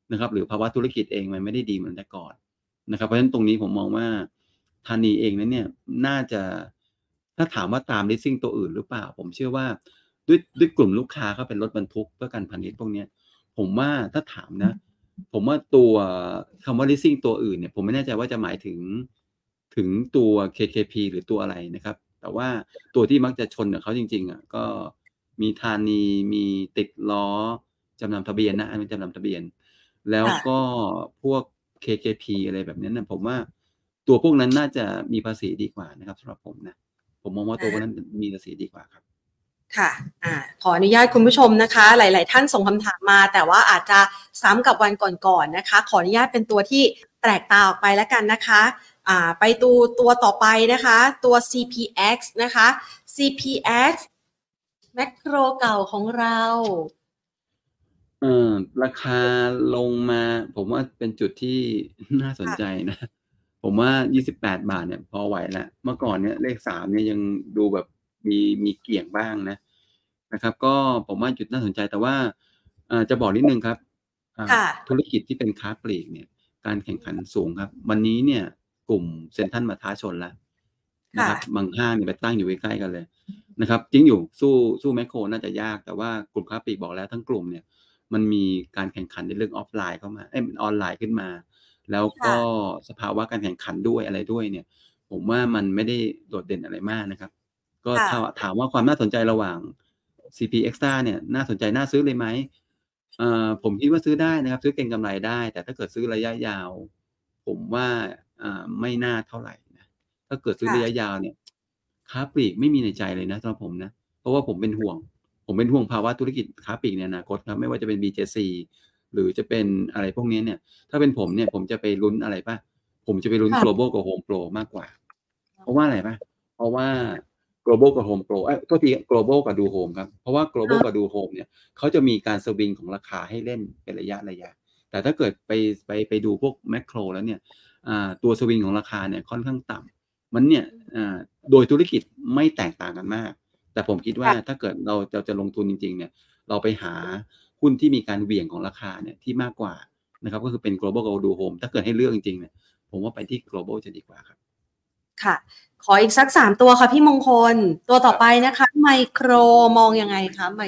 นะครับหรือภาวะธุรกิจเองมันไม่ได้ดีเหมือนแต่ก่อนนะครับเพราะฉะนั้นตรงนี้ผมมองว่าธานีเองนั้นเนี่ยน่าจะถ้าถามว่าตาม leasing ตัวอื่นหรือเปล่าผมเชื่อว่าด้วยด้วยกลุ่มลูกค้าเขาเป็นรถบรรทุกเพื่อการพาณิชย์พวกเนี้ยผมว่าถ้าถามนะผมว่าตัวคำว่า leasing ตัวอื่นเนี่ยผมไม่แน่ใจว่าจะหมายถึงถึงตัว เค เค พี หรือตัวอะไรนะครับแต่ว่าตัวที่มักจะชนกับเขาจริงๆอ่ะก็มีธานีมีติดล้อจำนำทะเบียนนะอันเป็นจำนำทะเบียนแล้วค่ะก็พวก เค เค พี อะไรแบบนี้นะผมว่าตัวพวกนั้นน่าจะมีภาษีดีกว่านะครับสำหรับผมนะผมมองว่าตัวพวกนั้นมีภาษีดีกว่าครับค่ะอ่าขออนุญาตคุณผู้ชมนะคะหลายๆท่านส่งคำถามมาแต่ว่าอาจจะซ้ำกับวันก่อนๆนะคะขออนุญาตเป็นตัวที่แปลกตาออกไปแล้วกันนะคะอ่าไปดูตัวต่อไปนะคะตัว ซี พี เอ็กซ์ นะคะ ซี พี เอ็กซ์ แมคโครเก่าของเราเออราคาลงมาผมว่าเป็นจุดที่น่าสนใจค่ะนะผมว่ายี่สิบแปดบาทเนี่ยพอไหวแล้วเมื่อก่อนเนี่ยเลขสามเนี่ยยังดูแบบมีมีเกี่ยงบ้างนะนะครับก็ผมว่าจุดน่าสนใจแต่ว่าเอ่อจะบอกนิดนึงครับอ่าค่ะธุรกิจที่เป็นค้าปลีกเนี่ยการแข่งขันสูงครับวันนี้เนี่ยกลุ่มเซ็นทรัลมาท้าชนแล้วนะคค่ะรับบางห้างเนี่ยไปตั้งอยู่ใกล้ๆกันเลยนะครับจริงอยู่สู้สู้แมคโครน่าจะยากแต่ว่ากลุ่มค้าปลีกบอกแล้วทั้งกลุ่มเนี่ย มันมีการแข่งขันในเรื่องออฟไลน์เข้ามาเอ้ยออนไลน์ขึ้นมา แล้วก็ค่ะสภาวะการแข่งขันด้วยอะไรด้วยเนี่ยผมว่ามันไม่ได้โดดเด่นอะไรมากนะครับก็ค่ะถ้าถามว่าความน่าสนใจระหว่าง ซี พี Extra เนี่ยน่าสนใจน่าซื้อเลยไหมเอ่อผมคิดว่าซื้อได้นะครับซื้อเก็งกำไรได้แต่ถ้าเกิดซื้อระยะยาวผมว่าอ่าไม่น่าเท่าไหร่นะถ้าเกิดซื้อระยะค่ะยาวเนี่ยค้าปลีกไม่มีในใจเลยนะสำหรับผมนะเพราะว่าผมเป็นห่วง ผมเป็นห่วงภาวะธุรกิจค้าปลีกในอนาคตครับไม่ว่าจะเป็น บี เจ ซี หรือจะเป็นอะไรพวกนี้เนี่ยถ้าเป็นผมเนี่ยผมจะไปลุ้นอะไรป่ะผมจะไปลุ้นค่ะ global กับ home pro มากกว่าเพราะว่าอะไรป่ะเพราะว่า global กับ home pro เอ้ยโทษที global กับดู home ครับเพราะว่า global กับดู home เนี่ยเขาจะมีการสวิงของราคาให้เล่นเป็นระยะระยะแต่ถ้าเกิดไปไปไปดูพวก macro แล้วเนี่ยอ่าตัวสวิงของราคาเนี่ยค่อนข้างต่ำมันเนี่ยอ่าโดยธุรกิจไม่แตกต่างกันมาก แต่ผมคิดว่าถ้าเกิดเราจะจะลงทุนจริงๆเนี่ยเราไปหาหุ้นที่มีการเหวี่ยงของราคาเนี่ยที่มากกว่านะครับก็คือเป็น global กับ do home ถ้าเกิดให้เลือกจริงๆเนี่ยผมว่าไปที่ global จะดีกว่าครับค่ะขออีกสักสามตัวค่ะพี่มงคลตัวต่อไปครับนะคะไมโครมองยังไงคะไม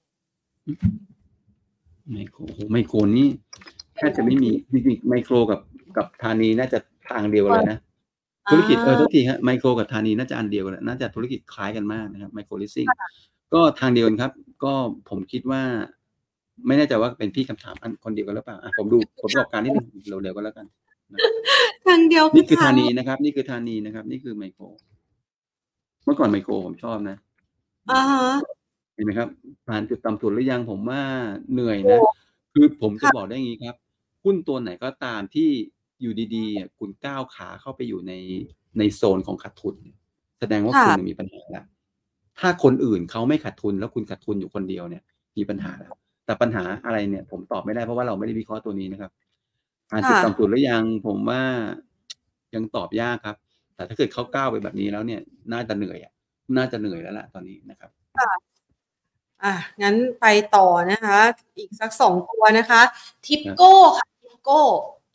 ไมโครไมโครนี่แทบจะไม่มีจริงๆไมโครกับกับธานีน่าจะทางเดียวกันเลยนะอ่ธุรกิจเออโทษาทีฮะไมโครกับธานีน่าจะอันเดียวกันเลยน่าจะธุรกิจคล้ายกันมากนะครับไมโครลิสซิ่งก็ทางเดียวกันครับก็ผมคิดว่าไม่แน่ใจว่าเป็นพี่คำถามอันคนเดียวกันหรือเปล่าอ่ะผมดูผลประกอบการนิดนึงเร็วๆก็แล้วกันนะทางเดียวคืนี่คือธาอทางนีนะครับนี่คือธานีนะครับนี่คือไมโครเมื่อก่อนไมโครผมชอบนะอะฮะเห็นไหมครับผ่านจุดต่ำสุดหรือยังผมว่าเหนื่อยโอ้นะคือผมจะบอกค่ะได้อย่างงี้ครับหุ้นตัวไหนก็ตามที่อยู่ดีๆอะคุณก้าวขาเข้าไปอยู่ในในโซนของขาดทุนเนี่ยแสดงว่าคุณน่ะค่ะมีปัญหาแล้วถ้าคนอื่นเขาไม่ขาดทุนแล้วคุณขาดทุนอยู่คนเดียวเนี่ยมีปัญหาแล้วแต่ปัญหาอะไรเนี่ยผมตอบไม่ได้เพราะว่าเราไม่ได้วิเคราะห์ตัวนี้นะครับผ่านจุดค่ะต่ำสุดหรือยังผมว่ายังตอบยากครับ แต่ถ้าเกิดเขาก้าวไปแบบนี้แล้วเนี่ยน่าจะเหนื่อยอะน่าจะเหนื่อยแล้วล่ะตอนนี้นะครับอ่ะงั้นไปต่อนะคะอีกสักสองตัวนะคะทิปครับโก้ค่ะทิปโก้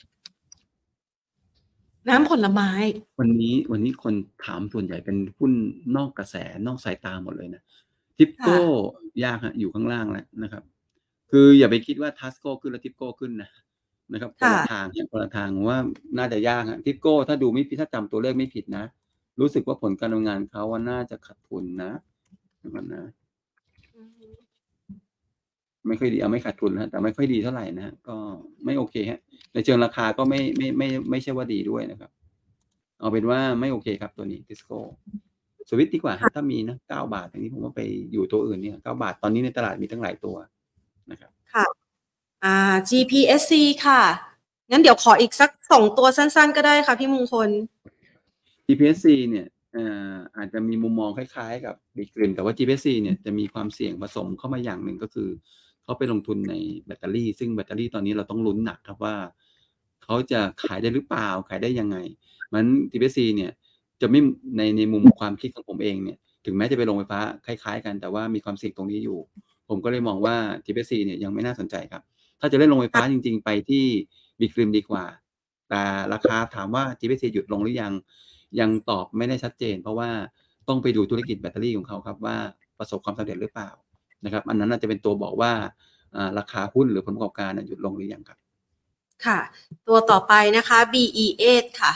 น้ำผลไม้วันนี้วันนี้คนถามส่วนใหญ่เป็นหุ้นนอกกระแสนอกสายตาหมดเลยนะค่ะทิปโก้ ยากครับอยู่ข้างล่างแล้วนะครับคืออย่าไปคิดว่า Tasco ขึ้นแล้ว ทิปโก้ ขึ้นนะนะครับคนค่ะละทางครับคนละทางผมว่าน่าจะยากครับ ทิปโก้ ถ้าดูไม่ผิดถ้าจำตัวเลขไม่ผิดนะรู้สึกว่าผลการดำเนินงานเขาอะน่าจะขาดทุนนะเดี๋ยวก่อนนะอือฮึไม่ค่อยดีเอาไม่ขาดทุนนะครับแต่ไม่ค่อยดีเท่าไรนะครับก็ไม่โอเคครับในเชิงราคาก็ไม่ไม่ไม่ไม่ใช่ว่าดีด้วยนะครับเอาเป็นว่าไม่โอเคครับตัวนี้ Tisco สวิตช์ดีกว่าครับถ้ามีนะเก้าบาทอย่างนี้ผมว่าไปอยู่ตัวอื่นเนี่ยเก้าบาทตอนนี้ในตลาดมีตั้งหลายตัวนะครับค่ะอ่า จี พี เอส ซี ค่ะงั้นเดี๋ยวขออีกสักสองตัวสั้นๆก็ได้ค่ะพี่มงคลจี พี เอส ซี เนี่ยเอ่ออาจจะมีมุมมองคล้ายๆกับ Big Green แต่ว่า จี พี เอส ซี เนี่ยจะมีความเสี่ยงผสมเข้ามาอย่างหนึ่งก็คือเขาไปลงทุนในแบตเตอรี่ซึ่งแบตเตอรี่ตอนนี้เราต้องลุ้นหนักครับว่าเขาจะขายได้หรือเปล่าขายได้ยังไงงั้น จี พี เอส ซี เนี่ยจะไม่ในในมุมความคิดของผมเองเนี่ยถึงแม้จะไปโรงไฟฟ้าคล้ายๆกันแต่ว่ามีความเสี่ยงตรงนี้อยู่ผมก็เลยมองว่า จี พี เอส ซี เนี่ยยังไม่น่าสนใจครับถ้าจะเล่นโรงไฟฟ้าจริงๆไปที่บิ๊กริมดีกว่าแต่ราคาถามว่า จี พี เอส ซี หยุดลงหรือยังยังตอบไม่ได้ชัดเจนเพราะว่าต้องไปดูธุรกิจแบตเตอรี่ของเขาครับว่าประสบความสำเร็จหรือเปล่านะครับอันนั้นน่าจะเป็นตัวบอกว่าราคาหุ้นหรือผลประกอบการหยุดลงหรือยังครับค่ะตัวต่อไปนะคะ บี อี เอท ค่ะ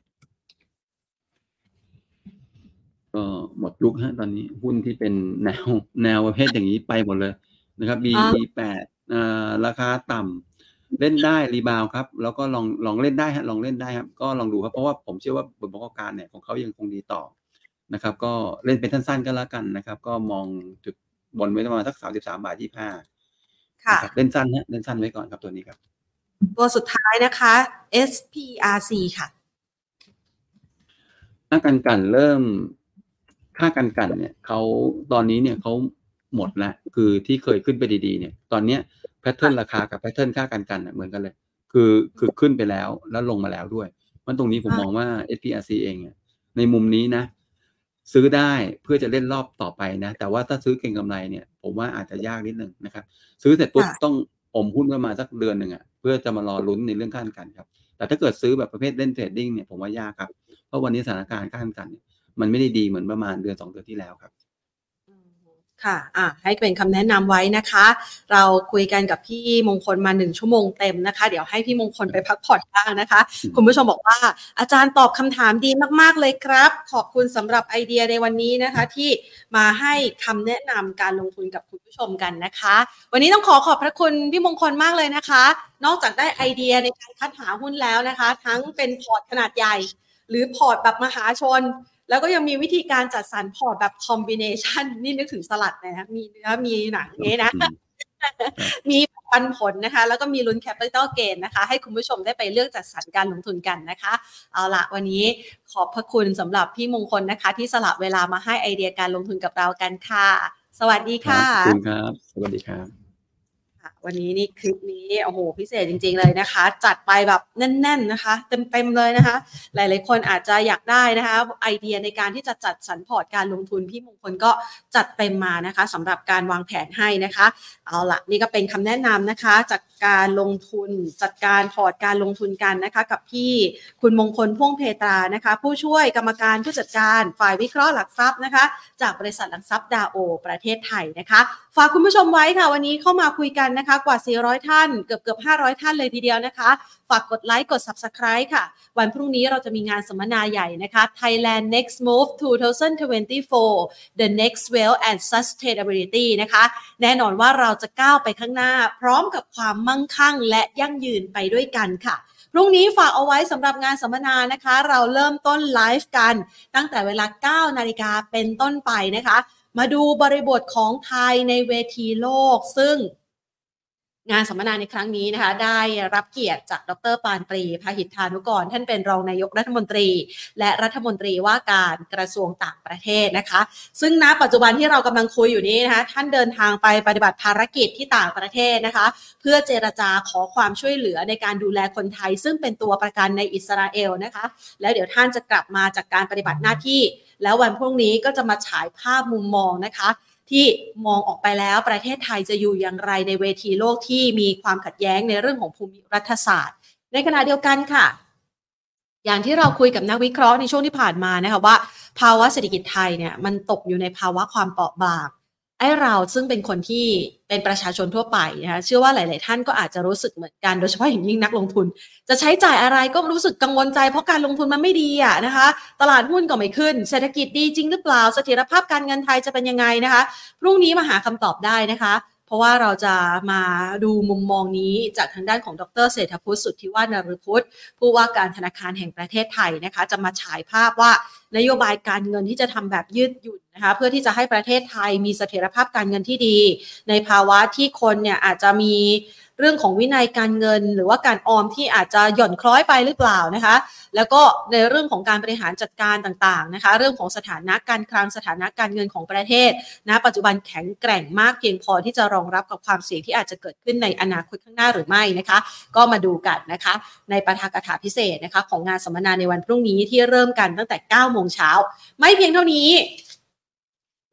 ก็หมดยุคฮะตอนนี้หุ้นที่เป็นแนวแนวประเภทอย่างนี้ไปหมดเลยนะครับ บี อี แปดอ่าราคาต่ำเล่นได้รีบาวครับแล้วก็ลองลองเล่นได้ฮะลองเล่นได้ครับก็ลองดูครับเพราะว่าผมเชื่อว่าผลประกอบการเนี่ยของเขายังคงดีต่อนะครับก็เล่นเป็นสั้นๆก็แล้วกันนะครับก็มองจุดบนไว้ประมาณสักสามสิบสามบาทยี่สิบห้าค่ะเล่นสั้นฮะเล่นสั้นไว้ก่อนครับตัวนี้ครับตัวสุดท้ายนะคะ เอส พี อาร์ ซี ค่ะค่ากันกันเริ่มค่ากันกันเนี่ยเขาตอนนี้เนี่ยเขาหมดแล้วคือที่เคยขึ้นไปดีๆเนี่ยตอนเนี้ยแพทเทิร์นราคากับแพทเทิร์นค่ากันกันเหมือนกันเลยคือคือขึ้นไปแล้วแล้วลงมาแล้วด้วยมันตรงนี้ผมมองว่า เอส พี อาร์ ซี เองเนี่ยในมุมนี้นะซื้อได้เพื่อจะเล่นรอบต่อไปนะแต่ว่าถ้าซื้อเก็งกำไรเนี่ยผมว่าอาจจะยากนิดนึงนะครับซื้อเสร็จปุ๊บต้องอมหุ้นประมาณสักเดือนหนึ่งอ่ะเพื่อจะมารอลุ้นในเรื่องค่ากันกันครับแต่ถ้าเกิดซื้อแบบประเภทเล่นเทรดดิ้งเนี่ยผมว่ายากครับเพราะวันนี้สถานการณ์ค่ากันกันเนี่ยมันไม่ได้ดีเหมือนประมาณเดือนสองเดือนที่แล้วครับค่ะอ่ะให้เป็นคำแนะนำไว้นะคะเราคุยกันกับพี่มงคลมาหนึ่งชั่วโมงเต็มนะคะเดี๋ยวให้พี่มงคลไปพักผ่อนบ้างนะคะคุณผู้ชมบอกว่าอาจารย์ตอบคำถามดีมากๆเลยครับขอบคุณสำหรับไอเดียในวันนี้นะคะที่มาให้คำแนะนำการลงทุนกับคุณผู้ชมกันนะคะวันนี้ต้องขอขอบพระคุณพี่มงคลมากเลยนะคะนอกจากได้ไอเดียในการคัดหาหุ้นแล้วนะคะทั้งเป็นพอร์ตขนาดใหญ่หรือพอร์ตแบบมหาชนแล้วก็ยังมีวิธีการจัดสรรพอร์ตแบบคอมบิเนชันนี่นึกถึงสลัดนะมีเนื้อมีหนังนี้นะมีปันผลนะคะแล้วก็มีลุ้นแคปิตอลเกนนะคะให้คุณผู้ชมได้ไปเลือกจัดสรรการลงทุนกันนะคะเอาละวันนี้ขอบพระคุณสำหรับพี่มงคลนะคะที่สละเวลามาให้ไอเดียการลงทุนกับเรากันค่ะสวัสดีค่ะขอบคุณครับสวัสดีครับวันนี้นี่คลิปนี้โอ้โหพิเศษจริงๆเลยนะคะจัดไปแบบแน่นๆนะคะเต็มๆเลยนะคะหลายๆคนอาจจะอยากได้นะคะไอเดียในการที่จะจัดสรรพอร์ตการลงทุนพี่มงคลก็จัดเต็มมานะคะสำหรับการวางแผนให้นะคะเอาล่ะนี่ก็เป็นคำแนะนำนะคะจากการลงทุนจัดการพอร์ตการลงทุนกันนะคะกับพี่คุณมงคลพ่วงเพตรานะคะผู้ช่วยกรรมการผู้จัดการฝ่ายวิเคราะห์หลักทรัพย์นะคะจากบริษัทหลักทรัพย์ดาโอประเทศไทยนะคะฝากคุณผู้ชมไว้ค่ะวันนี้เข้ามาคุยกันนะคะกว่าสี่ร้อยท่านเกือบๆห้าร้อยท่านเลยทีเดียวนะคะฝากกดไลค์กด Subscribe ค่ะวันพรุ่งนี้เราจะมีงานสัมมนาใหญ่นะคะ Thailand Next Move สองพันยี่สิบสี่ The Next Wealth and Sustainability นะคะแน่นอนว่าเราจะก้าวไปข้างหน้าพร้อมกับความมั่งคั่งและยั่งยืนไปด้วยกันค่ะพรุ่งนี้ฝากเอาไว้สำหรับงานสัมมนานะคะเราเริ่มต้นไลฟ์กันตั้งแต่เวลา เก้านาฬิกาเป็นต้นไปนะคะมาดูบริบทของไทยในเวทีโลกซึ่งงานสัมมนาในครั้งนี้นะคะได้รับเกียรติจากดร.ปานปรีพาหิทธานุกรท่านเป็นรองนายกรัฐมนตรีและรัฐมนตรีว่าการกระทรวงต่างประเทศนะคะซึ่งณปัจจุบันที่เรากำลังคุยอยู่นี้นะคะท่านเดินทางไปปฏิบัติภารกิจที่ต่างประเทศนะคะเพื่อเจรจาขอความช่วยเหลือในการดูแลคนไทยซึ่งเป็นตัวประกันในอิสราเอลนะคะแล้วเดี๋ยวท่านจะกลับมาจากการปฏิบัติหน้าที่แล้ววันพรุ่งนี้ก็จะมาฉายภาพมุมมองนะคะที่มองออกไปแล้วประเทศไทยจะอยู่อย่างไรในเวทีโลกที่มีความขัดแย้งในเรื่องของภูมิรัฐศาสตร์ในขณะเดียวกันค่ะอย่างที่เราคุยกับนักวิเคราะห์ในช่วงที่ผ่านมานะคะว่าภาวะเศรษฐกิจไทยเนี่ยมันตกอยู่ในภาวะความเปราะบางไอ้เราซึ่งเป็นคนที่เป็นประชาชนทั่วไปนะคะเชื่อว่าหลายๆท่านก็อาจจะรู้สึกเหมือนกันโดยเฉพาะอย่างยิ่งนักลงทุนจะใช้จ่ายอะไรก็รู้สึกกังวลใจเพราะการลงทุนมันไม่ดีอ่ะนะคะตลาดหุ้นก็ไม่ขึ้นเศรษฐกิจดีจริงหรือเปล่าเสถียรภาพการเงินไทยจะเป็นยังไงนะคะพรุ่งนี้มาหาคำตอบได้นะคะเพราะว่าเราจะมาดูมุมมองนี้จากทางด้านของดร.เศรษฐพุทธสุทธิวาฒนฤพุทธผู้ว่าการธนาคารแห่งประเทศไทยนะคะจะมาฉายภาพว่านโยบายการเงินที่จะทำแบบยืดหยุ่นนะคะเพื่อที่จะให้ประเทศไทยมีเสถียรภาพการเงินที่ดีในภาวะที่คนเนี่ยอาจจะมีเรื่องของวินัยการเงินหรือว่าการออมที่อาจจะหย่อนคล้อยไปหรือเปล่านะคะแล้วก็ในเรื่องของการบริหารจัดการต่างๆนะคะเรื่องของสถานะการคลังสถานะการเงินของประเทศณปัจจุบันแข็งแกร่งมากเพียงพอที่จะรองรับกับความเสี่ยงที่อาจจะเกิดขึ้นในอนาคตข้างหน้าหรือไม่นะคะก็มาดูกันนะคะในปาฐกถาพิเศษนะคะของงานสัมมนาในวันพรุ่งนี้ที่เริ่มกันตั้งแต่ เก้าโมงเช้าไม่เพียงเท่านี้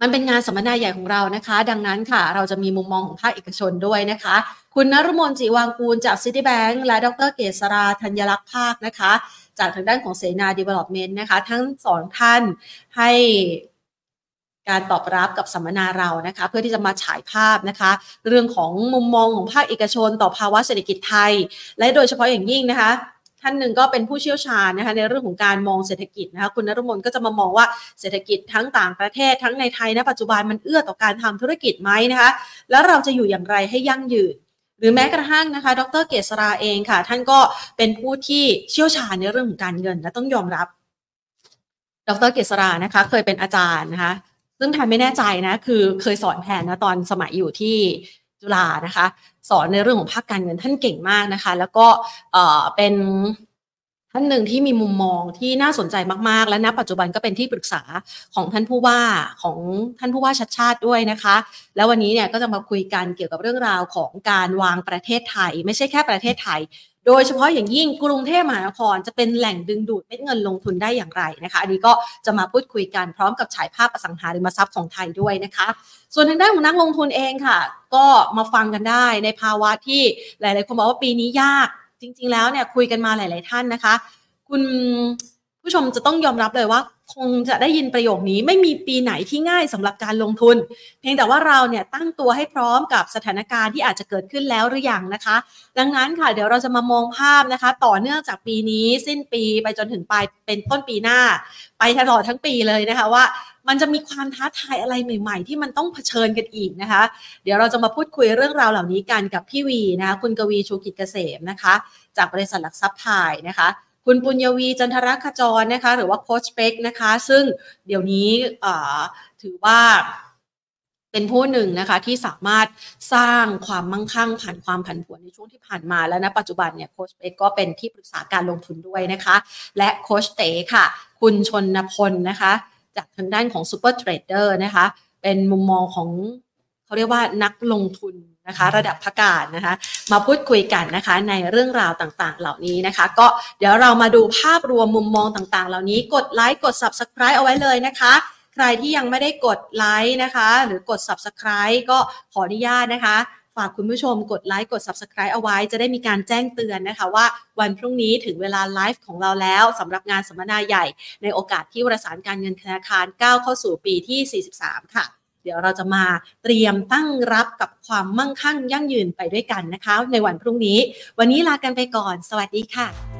มันเป็นงานสัมมนาใหญ่ของเรานะคะดังนั้นค่ะเราจะมีมุมมองของภาคเอกชนด้วยนะคะคุณนฤมล จิวางกูลจาก Citibank และดรเกษราธัญลักษณ์ภาคนะคะจากทางด้านของเสนา Development นะคะทั้งสองท่านให้การตอบรับกับสัมมนาเรานะคะเพื่อที่จะมาฉายภาพนะคะเรื่องของมุมมองของภาคเอกชนต่อภาวะเศรษฐกิจไทยและโดยเฉพาะอย่างยิ่งนะคะท่านหนึ่งก็เป็นผู้เชี่ยวชาญนะคะในเรื่องของการมองเศรษฐกิจนะคะคุณนฤมลก็จะมามองว่าเศรษฐกิจทั้งต่างประเทศทั้งในไทยณปัจจุบันมันเอื้อต่อการทำธุรกิจไหมนะคะแล้วเราจะอยู่อย่างไรให้ยั่งยืนหรือแม้กระทั่งนะคะดรเกษราเองค่ะท่านก็เป็นผู้ที่เชี่ยวชาญในเรื่องของการเงินและต้องยอมรับดรเกษรานะคะเคยเป็นอาจารย์นะคะซึ่งแพนไม่แน่ใจนะคือเคยสอนแพนนะตอนสมัยอยู่ที่จุฬานะคะสอนในเรื่องของภาคการเงินท่านเก่งมากนะคะแล้วก็เอ่อเป็นท่านหนึ่งที่มีมุมมองที่น่าสนใจมากๆและณปัจจุบันก็เป็นที่ปรึกษาของท่านผู้ว่าของท่านผู้ว่าชัดชาติด้วยนะคะแล้ววันนี้เนี่ยก็จะมาคุยกันเกี่ยวกับเรื่องราวของการวางประเทศไทยไม่ใช่แค่ประเทศไทยโดยเฉพาะอย่างยิ่งกรุงเทพมหานครจะเป็นแหล่งดึงดูดเม็ดเงินลงทุนได้อย่างไรนะคะอันนี้ก็จะมาพูดคุยกันพร้อมกับฉายภาพอสังหาริมทรัพย์ของไทยด้วยนะคะส่วนทางด้านของนักลงทุนเองค่ะก็มาฟังกันได้ในภาวะที่หลายๆคนบอกว่าปีนี้ยากจริงๆแล้วเนี่ยคุยกันมาหลายๆท่านนะคะคุณผู้ชมจะต้องยอมรับเลยว่าคงจะได้ยินประโยคนี้ไม่มีปีไหนที่ง่ายสำหรับการลงทุนเพียงแต่ว่าเราเนี่ยตั้งตัวให้พร้อมกับสถานการณ์ที่อาจจะเกิดขึ้นแล้วหรือยังนะคะดังนั้นค่ะเดี๋ยวเราจะมามองภาพนะคะต่อเนื่องจากปีนี้สิ้นปีไปจนถึงปลายเป็นต้นปีหน้าไปตลอดทั้งปีเลยนะคะว่ามันจะมีความท้าทายอะไรใหม่ๆที่มันต้องเผชิญกันอีกนะคะเดี๋ยวเราจะมาพูดคุยเรื่องราวเหล่านี้กันกับพี่วีนะคะคุณกวีชูกิจเกษมนะคะจากบริษัทหลักทรัพย์ไทยนะคะคุณปุญญวีจันทรขจรนะคะหรือว่าโค้ชเป็กนะคะซึ่งเดี๋ยวนี้ถือว่าเป็นผู้หนึ่งนะคะที่สามารถสร้างความมั่งคั่งผ่านความผันผวนในช่วงที่ผ่านมาและณปัจจุบันเนี่ยโค้ชเป็กก็เป็นที่ปรึกษาการลงทุนด้วยนะคะและโค้ชเต๋ค่ะคุณชนพลนะคะจากทางด้านของซูเปอร์เทรดเดอร์นะคะเป็นมุมมองของเขาเรียกว่านักลงทุนนะคะระดับพักการนะคะมาพูดคุยกันนะคะในเรื่องราวต่างๆเหล่านี้นะคะก็เดี๋ยวเรามาดูภาพรวมมุมมองต่างๆเหล่านี้กดไลค์กด Subscribe เอาไว้เลยนะคะใครที่ยังไม่ได้กดไลค์นะคะหรือกด Subscribe ก็ขออนุญาตนะคะฝากคุณผู้ชมกดไลค์กด Subscribe เอาไว้จะได้มีการแจ้งเตือนนะคะว่าวันพรุ่งนี้ถึงเวลาไลฟ์ของเราแล้วสำหรับงานสัมมนาใหญ่ในโอกาสที่วารสารการเงินธนาคารก้าวเข้าสู่ปีที่สี่สิบสามค่ะเดี๋ยวเราจะมาเตรียมตั้งรับกับความมั่งคั่งยั่งยืนไปด้วยกันนะคะในวันพรุ่งนี้วันนี้ลากันไปก่อนสวัสดีค่ะ